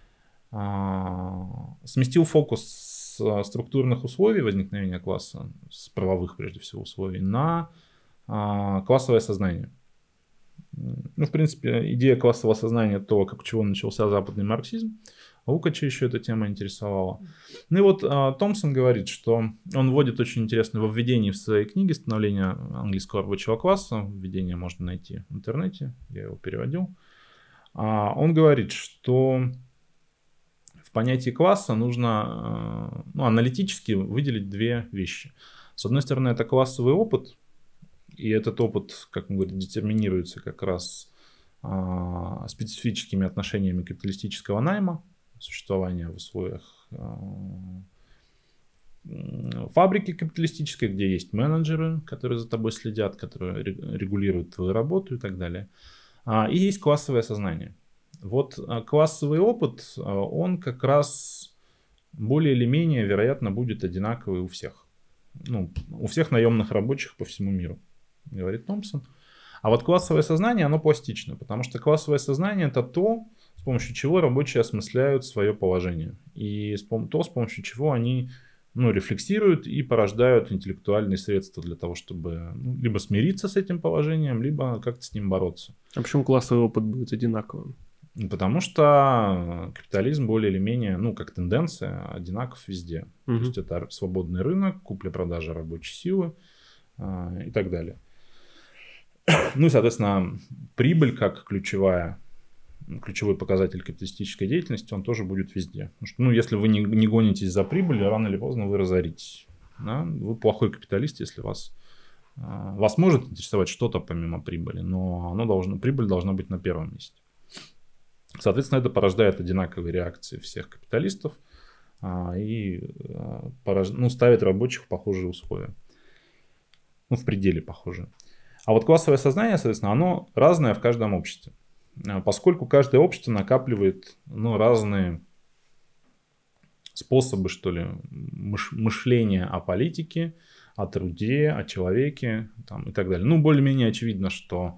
А, сместил фокус с структурных условий возникновения класса, с правовых, прежде всего, условий, на а, классовое сознание. Ну, в принципе, идея классового сознания, то, как чего начался западный марксизм, Лукача еще эта тема интересовала. Ну и вот а, Томпсон говорит, что он вводит очень интересное введение в своей книге «Становление английского рабочего класса». Введение можно найти в интернете, я его переводил. А, он говорит, что в понятии класса нужно ну, аналитически выделить две вещи. С одной стороны, это классовый опыт, и этот опыт, как он говорит, детерминируется как раз а, специфическими отношениями капиталистического найма, существования в условиях фабрики капиталистической, где есть менеджеры, которые за тобой следят, которые регулируют твою работу и так далее. И есть классовое сознание. Вот классовый опыт, он как раз более или менее, вероятно, будет одинаковый у всех. Ну, у всех наемных рабочих по всему миру, говорит Томпсон. А вот классовое сознание, оно пластично, потому что классовое сознание — это то, с помощью чего рабочие осмысляют свое положение. И то, с помощью чего они ну, рефлексируют и порождают интеллектуальные средства для того, чтобы ну, либо смириться с этим положением, либо как-то с ним бороться. А почему классовый опыт будет одинаковым? Потому что капитализм более или менее, ну, как тенденция, одинаков везде. Угу. То есть это свободный рынок, купля-продажа рабочей силы э, и так далее. Ну и, соответственно, прибыль как ключевая, ключевой показатель капиталистической деятельности, он тоже будет везде. Потому что, ну, если вы не, не гонитесь за прибылью, рано или поздно вы разоритесь. Да? Вы плохой капиталист, если вас, вас может интересовать что-то помимо прибыли, но оно должно, прибыль должна быть на первом месте. Соответственно, это порождает одинаковые реакции всех капиталистов и порож... ну, ставит рабочих в похожие условия. Ну, в пределе похожие. А вот классовое сознание, соответственно, оно разное в каждом обществе. Поскольку каждое общество накапливает ну, разные способы, что ли, мышления о политике, о труде, о человеке там, и так далее. Ну, более-менее очевидно, что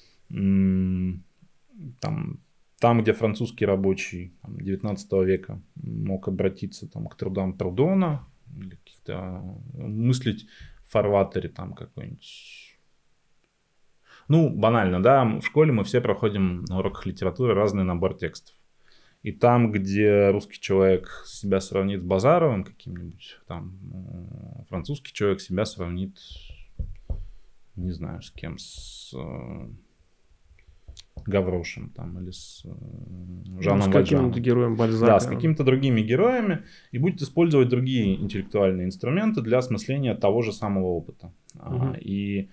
м- там, там, где французский рабочий там, девятнадцатого века мог обратиться там, к трудам Прудона, или каких-то мыслить в фарватере там какой-нибудь... Ну, банально, да, в школе мы все проходим на уроках литературы разный набор текстов. И там, где русский человек себя сравнит с Базаровым каким-нибудь, там французский человек себя сравнит, не знаю, с кем, с э, Гаврошем там, или с э, Жаном ну, с каким-то героем Бальзака. Да, с какими-то другими героями, и будет использовать другие интеллектуальные инструменты для осмысления того же самого опыта. Угу. А, и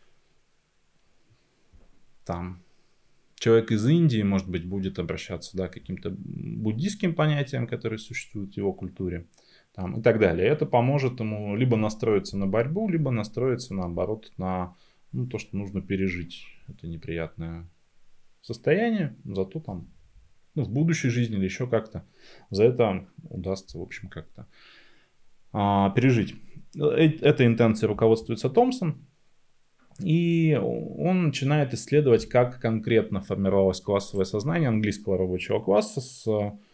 там человек из Индии, может быть, будет обращаться да, к каким-то буддийским понятиям, которые существуют в его культуре там, и так далее. Это поможет ему либо настроиться на борьбу, либо настроиться, наоборот, на ну, то, что нужно пережить это неприятное состояние, зато там ну, в будущей жизни или еще как-то за это удастся, в общем, как-то а, пережить. Этой интенцией руководствуется Томпсон. И он начинает исследовать, как конкретно формировалось классовое сознание английского рабочего класса с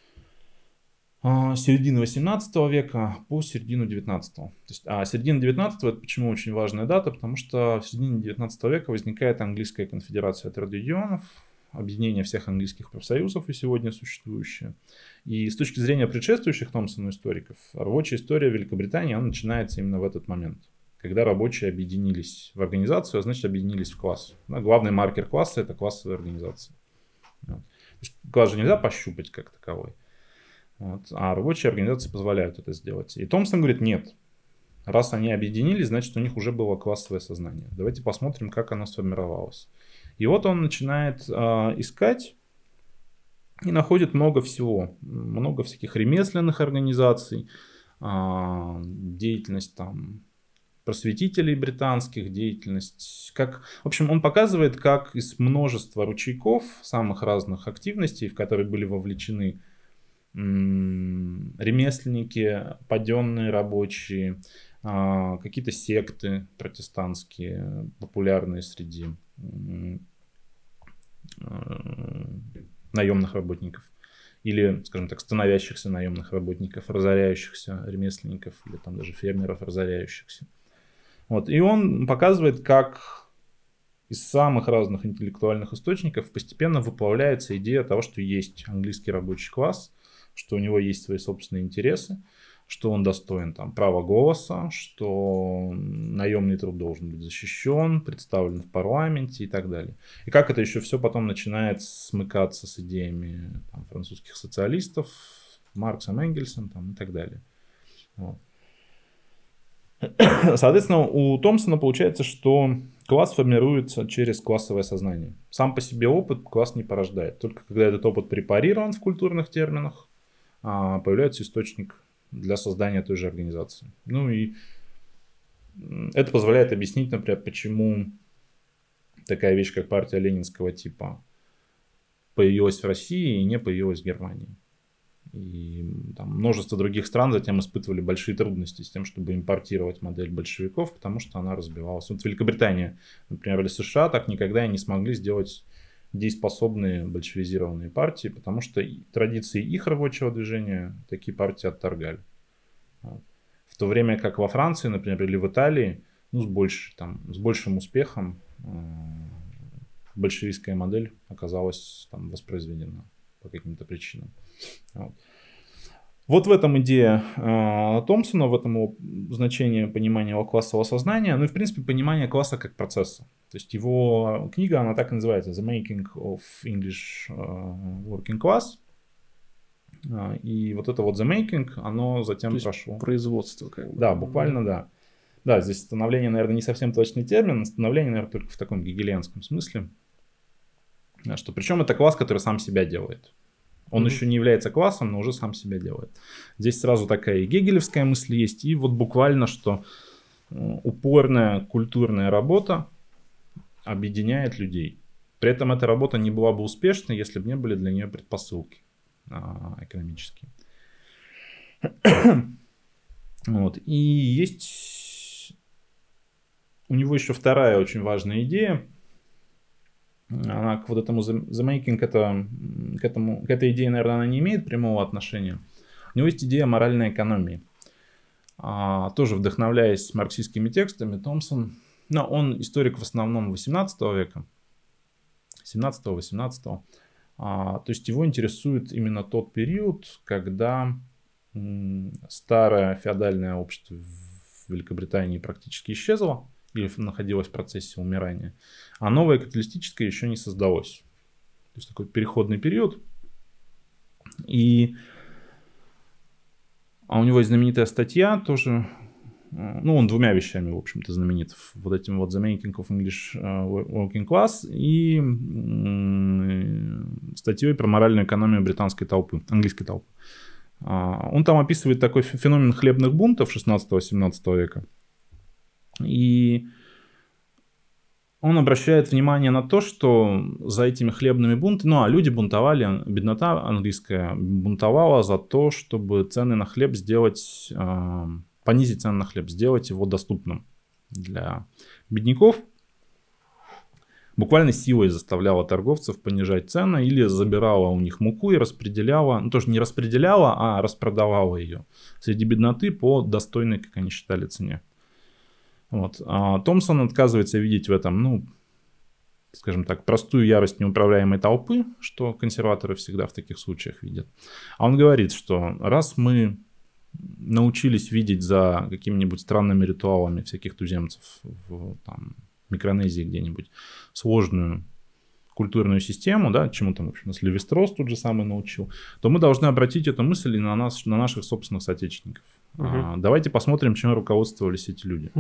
середины восемнадцатого века по середину девятнадцатого. То есть, а середина девятнадцатого это почему очень важная дата, потому что в середине девятнадцатого века возникает английская конфедерация трудоюнионов, объединение всех английских профсоюзов и сегодня существующее. И с точки зрения предшествующих Томпсону историков, рабочая история Великобритании она начинается именно в этот момент, когда рабочие объединились в организацию, а значит объединились в класс. Главный маркер класса это классовая организация. Вот. То есть класс же нельзя пощупать как таковой. Вот. А рабочие организации позволяют это сделать. И Томпсон говорит, нет. Раз они объединились, значит у них уже было классовое сознание. Давайте посмотрим, как оно сформировалось. И вот он начинает э, искать и находит много всего. Много всяких ремесленных организаций, э, деятельность там просветителей британских, деятельность. Как... В общем, он показывает, как из множества ручейков, самых разных активностей, в которые были вовлечены ремесленники, паденные рабочие, какие-то секты протестантские, популярные среди наемных работников. Или, скажем так, становящихся наемных работников, разоряющихся ремесленников, или там даже фермеров, разоряющихся. Вот. И он показывает, как из самых разных интеллектуальных источников постепенно выплавляется идея того, что есть английский рабочий класс, что у него есть свои собственные интересы, что он достоин там права голоса, что наемный труд должен быть защищен, представлен в парламенте и так далее. И как это еще все потом начинает смыкаться с идеями там, французских социалистов, Марксом, Энгельсом там, и так далее. Вот. Соответственно, у Томпсона получается, что класс формируется через классовое сознание. Сам по себе опыт класс не порождает. Только когда этот опыт препарирован в культурных терминах, появляется источник для создания той же организации. Ну и это позволяет объяснить, например, почему такая вещь, как партия ленинского типа, появилась в России и не появилась в Германии. И там множество других стран затем испытывали большие трудности с тем, чтобы импортировать модель большевиков, потому что она разбивалась. Вот Великобритания, например, или США так никогда и не смогли сделать дееспособные большевизированные партии, потому что традиции их рабочего движения такие партии отторгали. В то время как во Франции, например, или в Италии, ну, с, больш, там, с большим успехом э, большевистская модель оказалась там, воспроизведена по каким-то причинам. Вот. Вот в этом идея э, Томпсона, в этом его значение понимания его классового сознания, ну и в принципе понимание класса как процесса. То есть его книга, она так и называется, The Making of English uh, Working Class. Uh, и вот это вот The Making, оно затем То прошло. Производство как бы. Да, буквально да. Да, здесь становление, наверное, не совсем точный термин, становление, наверное, только в таком гегелианском смысле. Что, причем это класс, который сам себя делает. Он mm-hmm. еще не является классом, но уже сам себя делает. Здесь сразу такая и гегелевская мысль есть, и вот буквально, что упорная культурная работа объединяет людей. При этом эта работа не была бы успешной, если бы не были для нее предпосылки а, экономические. Вот. И есть у него еще вторая очень важная идея. Она к вот этому The Making, это, к, этому, к этой идее, наверное, она не имеет прямого отношения. У него есть идея моральной экономии. А, тоже вдохновляясь марксистскими текстами, Томпсон, но он историк в основном восемнадцатого века, семнадцатого-восемнадцатого. А, то есть его интересует именно тот период, когда м, старое феодальное общество в Великобритании практически исчезло или находилось в процессе умирания, а новое капиталистическое еще не создалось. То есть такой переходный период. И а у него есть знаменитая статья тоже, ну он двумя вещами, в общем-то, знаменит. Вот этим вот The Making of English Working Class и статьей про моральную экономию британской толпы, английской толпы. Он там описывает такой феномен хлебных бунтов шестнадцатого-семнадцатого века. И он обращает внимание на то, что за этими хлебными бунтами, ну а люди бунтовали, беднота английская бунтовала за то, чтобы цены на хлеб сделать, э, понизить цены на хлеб, сделать его доступным для бедняков. Буквально силой заставляла торговцев понижать цены или забирала у них муку и распределяла, ну тоже не распределяла, а распродавала ее среди бедноты по достойной, как они считали, цене. Вот. А Томпсон отказывается видеть в этом, ну, скажем так, простую ярость неуправляемой толпы, что консерваторы всегда в таких случаях видят. А он говорит, что раз мы научились видеть за какими-нибудь странными ритуалами всяких туземцев в там, Микронезии где-нибудь сложную культурную систему, да, чему там, в общем, нас Леви-Стросс тут же самый научил, то мы должны обратить эту мысль и на нас, на наших собственных соотечественников. Угу. А, давайте посмотрим, чем руководствовались эти люди.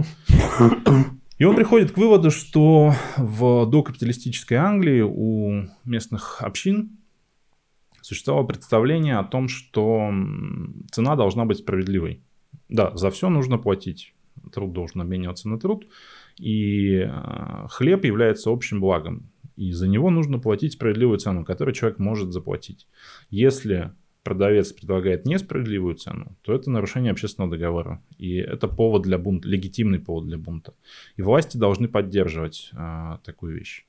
И он приходит к выводу, что в докапиталистической Англии у местных общин существовало представление о том, что цена должна быть справедливой. Да, за все нужно платить. Труд должен обмениваться на труд. И хлеб является общим благом. И за него нужно платить справедливую цену, которую человек может заплатить. Если продавец предлагает несправедливую цену, то это нарушение общественного договора. И это повод для бунта, легитимный повод для бунта. И власти должны поддерживать а, такую вещь.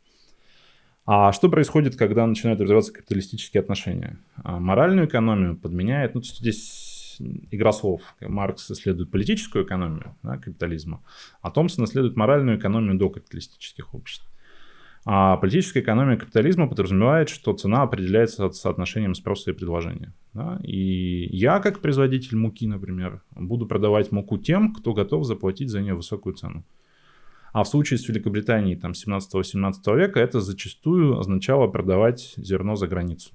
А что происходит, когда начинают развиваться капиталистические отношения? А, моральную экономию подменяет, ну, здесь игра слов. Маркс исследует политическую экономию, да, капитализма, а Томпсон исследует моральную экономию докапиталистических обществ. А политическая экономия капитализма подразумевает, что цена определяется соотношением спроса и предложения. Да? И я, как производитель муки, например, буду продавать муку тем, кто готов заплатить за нее высокую цену. А в случае с Великобританией там, семнадцатого-семнадцатого века это зачастую означало продавать зерно за границу.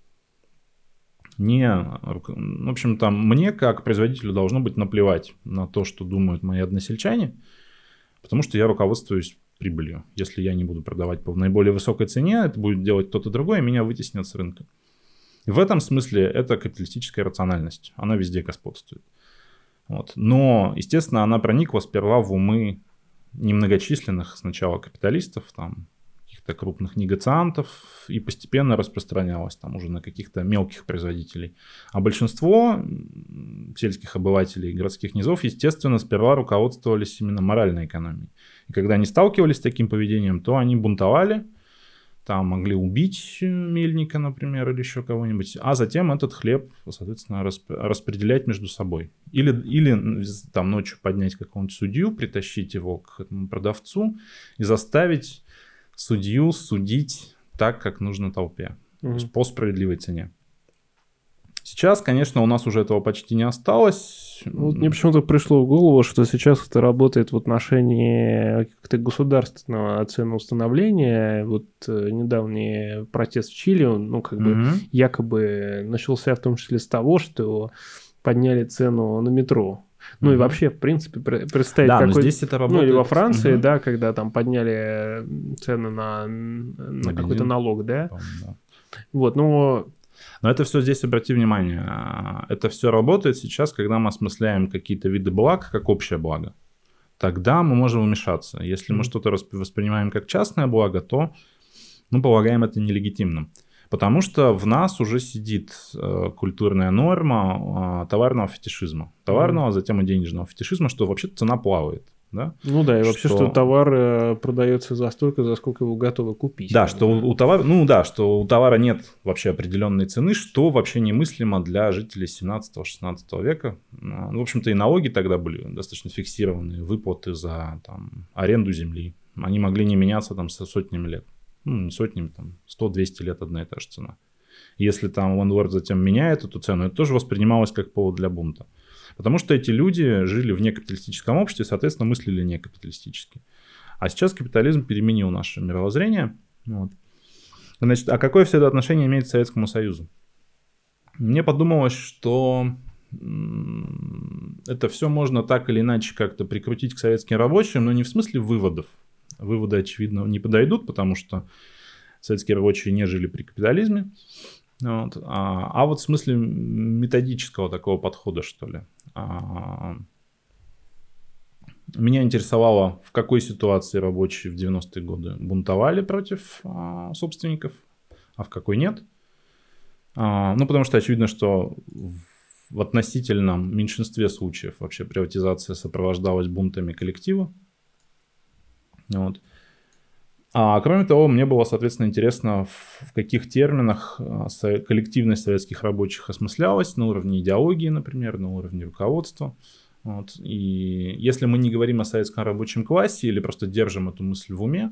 Не, в общем, там, мне, как производителю, должно быть наплевать на то, что думают мои односельчане, потому что я руководствуюсь прибылью. Если я не буду продавать по наиболее высокой цене, это будет делать кто-то другой, и меня вытеснят с рынка. И в этом смысле это капиталистическая рациональность. Она везде господствует. Вот. Но, естественно, она проникла сперва в умы немногочисленных сначала капиталистов, там, каких-то крупных негациантов, и постепенно распространялась там уже на каких-то мелких производителей. А большинство сельских обывателей и городских низов, естественно, сперва руководствовались именно моральной экономией. И когда они сталкивались с таким поведением, то они бунтовали, там могли убить мельника, например, или еще кого-нибудь, а затем этот хлеб, соответственно, расп- распределять между собой. Или, или там ночью поднять какого-нибудь судью, притащить его к этому продавцу и заставить судью судить так, как нужно толпе, mm-hmm. по справедливой цене. Сейчас, конечно, у нас уже этого почти не осталось. Вот мне почему-то пришло в голову, что сейчас это работает в отношении как-то государственного ценоустановления. Вот недавний протест в Чили, он, ну, как mm-hmm. бы якобы начался в том числе с того, что подняли цену на метро. Ну mm-hmm. и вообще, в принципе, представить, да, какой... здесь это работает... Ну или во Франции, mm-hmm. да, когда там подняли цены на, на, на какой-то налог, да? да. Вот, но... Но это все здесь, обрати внимание, это все работает сейчас, когда мы осмысляем какие-то виды благ как общее благо. Тогда мы можем вмешаться. Если mm-hmm. мы что-то воспринимаем как частное благо, то мы полагаем это нелегитимным. Потому что в нас уже сидит э, культурная норма э, товарного фетишизма. Товарного, mm-hmm. затем и денежного фетишизма, что вообще-то цена плавает. Да? Ну да, и вообще, что, что товар э, продается за столько, за сколько его готовы купить. Да, что у, у товара, ну да, что у товара нет вообще определенной цены, что вообще немыслимо для жителей семнадцатого-шестнадцатого века. Ну, в общем-то, и налоги тогда были достаточно фиксированные, выплаты за там, аренду земли. Они могли не меняться там сотнями лет. Ну, не сотнями, там, сто-двести лет одна и та же цена. Если там ландлорд затем меняет эту цену, это тоже воспринималось как повод для бунта. Потому что эти люди жили в некапиталистическом обществе, соответственно, мыслили некапиталистически. А сейчас капитализм переменил наше мировоззрение. Вот. Значит, а какое все это отношение имеет к Советскому Союзу? Мне подумалось, что это все можно так или иначе как-то прикрутить к советским рабочим, но не в смысле выводов. Выводы, очевидно, не подойдут, потому что советские рабочие не жили при капитализме. Вот. А, а вот в смысле методического такого подхода, что ли. А, Меня интересовало, в какой ситуации рабочие в девяностые годы бунтовали против а, собственников, а в какой нет. А, ну, потому что очевидно, что в, в относительном меньшинстве случаев вообще приватизация сопровождалась бунтами коллектива. Вот. А кроме того, мне было, соответственно, интересно, в, в каких терминах а, со, коллективность советских рабочих осмыслялась на уровне идеологии, например, на уровне руководства. Вот. И если мы не говорим о советском рабочем классе или просто держим эту мысль в уме,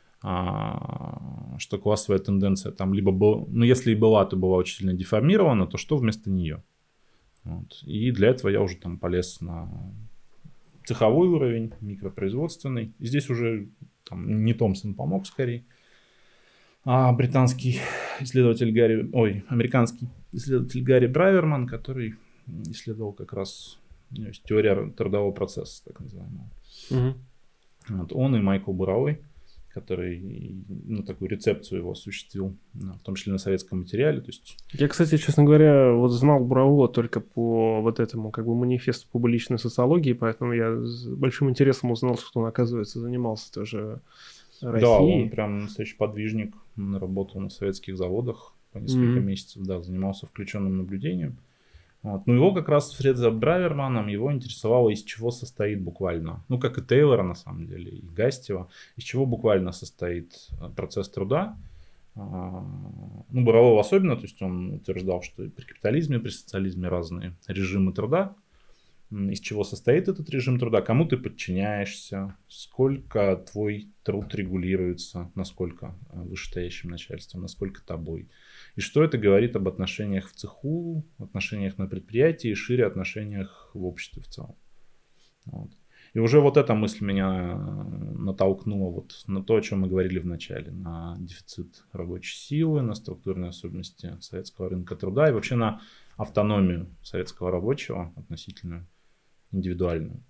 а, что классовая тенденция там либо была, ну если и была, то была очень сильно деформирована, то что вместо нее? Вот. И для этого я уже там полез на цеховой уровень, микропроизводственный. И здесь уже там, не Томпсон помог скорее, а британский исследователь Гарри, ой, американский исследователь Гарри Брайверман, который исследовал как раз теория трудового процесса, так называемого. Угу. Вот он и Майкл Буровой, который, ну, такую рецепцию его осуществил, в том числе на советском материале. То есть... Я, кстати, честно говоря, вот знал Бурового только по вот этому как бы манифесту публичной социологии, поэтому я с большим интересом узнал, что он, оказывается, занимался тоже Россией. Да, он прям настоящий подвижник, он работал на советских заводах по несколько mm-hmm. месяцев, да, занимался включенным наблюдением. Вот. Ну, его как раз вслед за Брайверманом его интересовало, из чего состоит буквально, ну, как и Тейлора, на самом деле, и Гастева, из чего буквально состоит процесс труда. Ну, Борового особенно, то есть он утверждал, что и при капитализме, и при социализме разные режимы труда. Из чего состоит этот режим труда, кому ты подчиняешься, сколько твой труд регулируется, насколько вышестоящим начальством, насколько тобой. И что это говорит об отношениях в цеху, отношениях на предприятии и шире отношениях в обществе в целом. Вот. И уже вот эта мысль меня натолкнула вот на то, о чем мы говорили в начале, на дефицит рабочей силы, на структурные особенности советского рынка труда и вообще на автономию советского рабочего относительную, индивидуальную.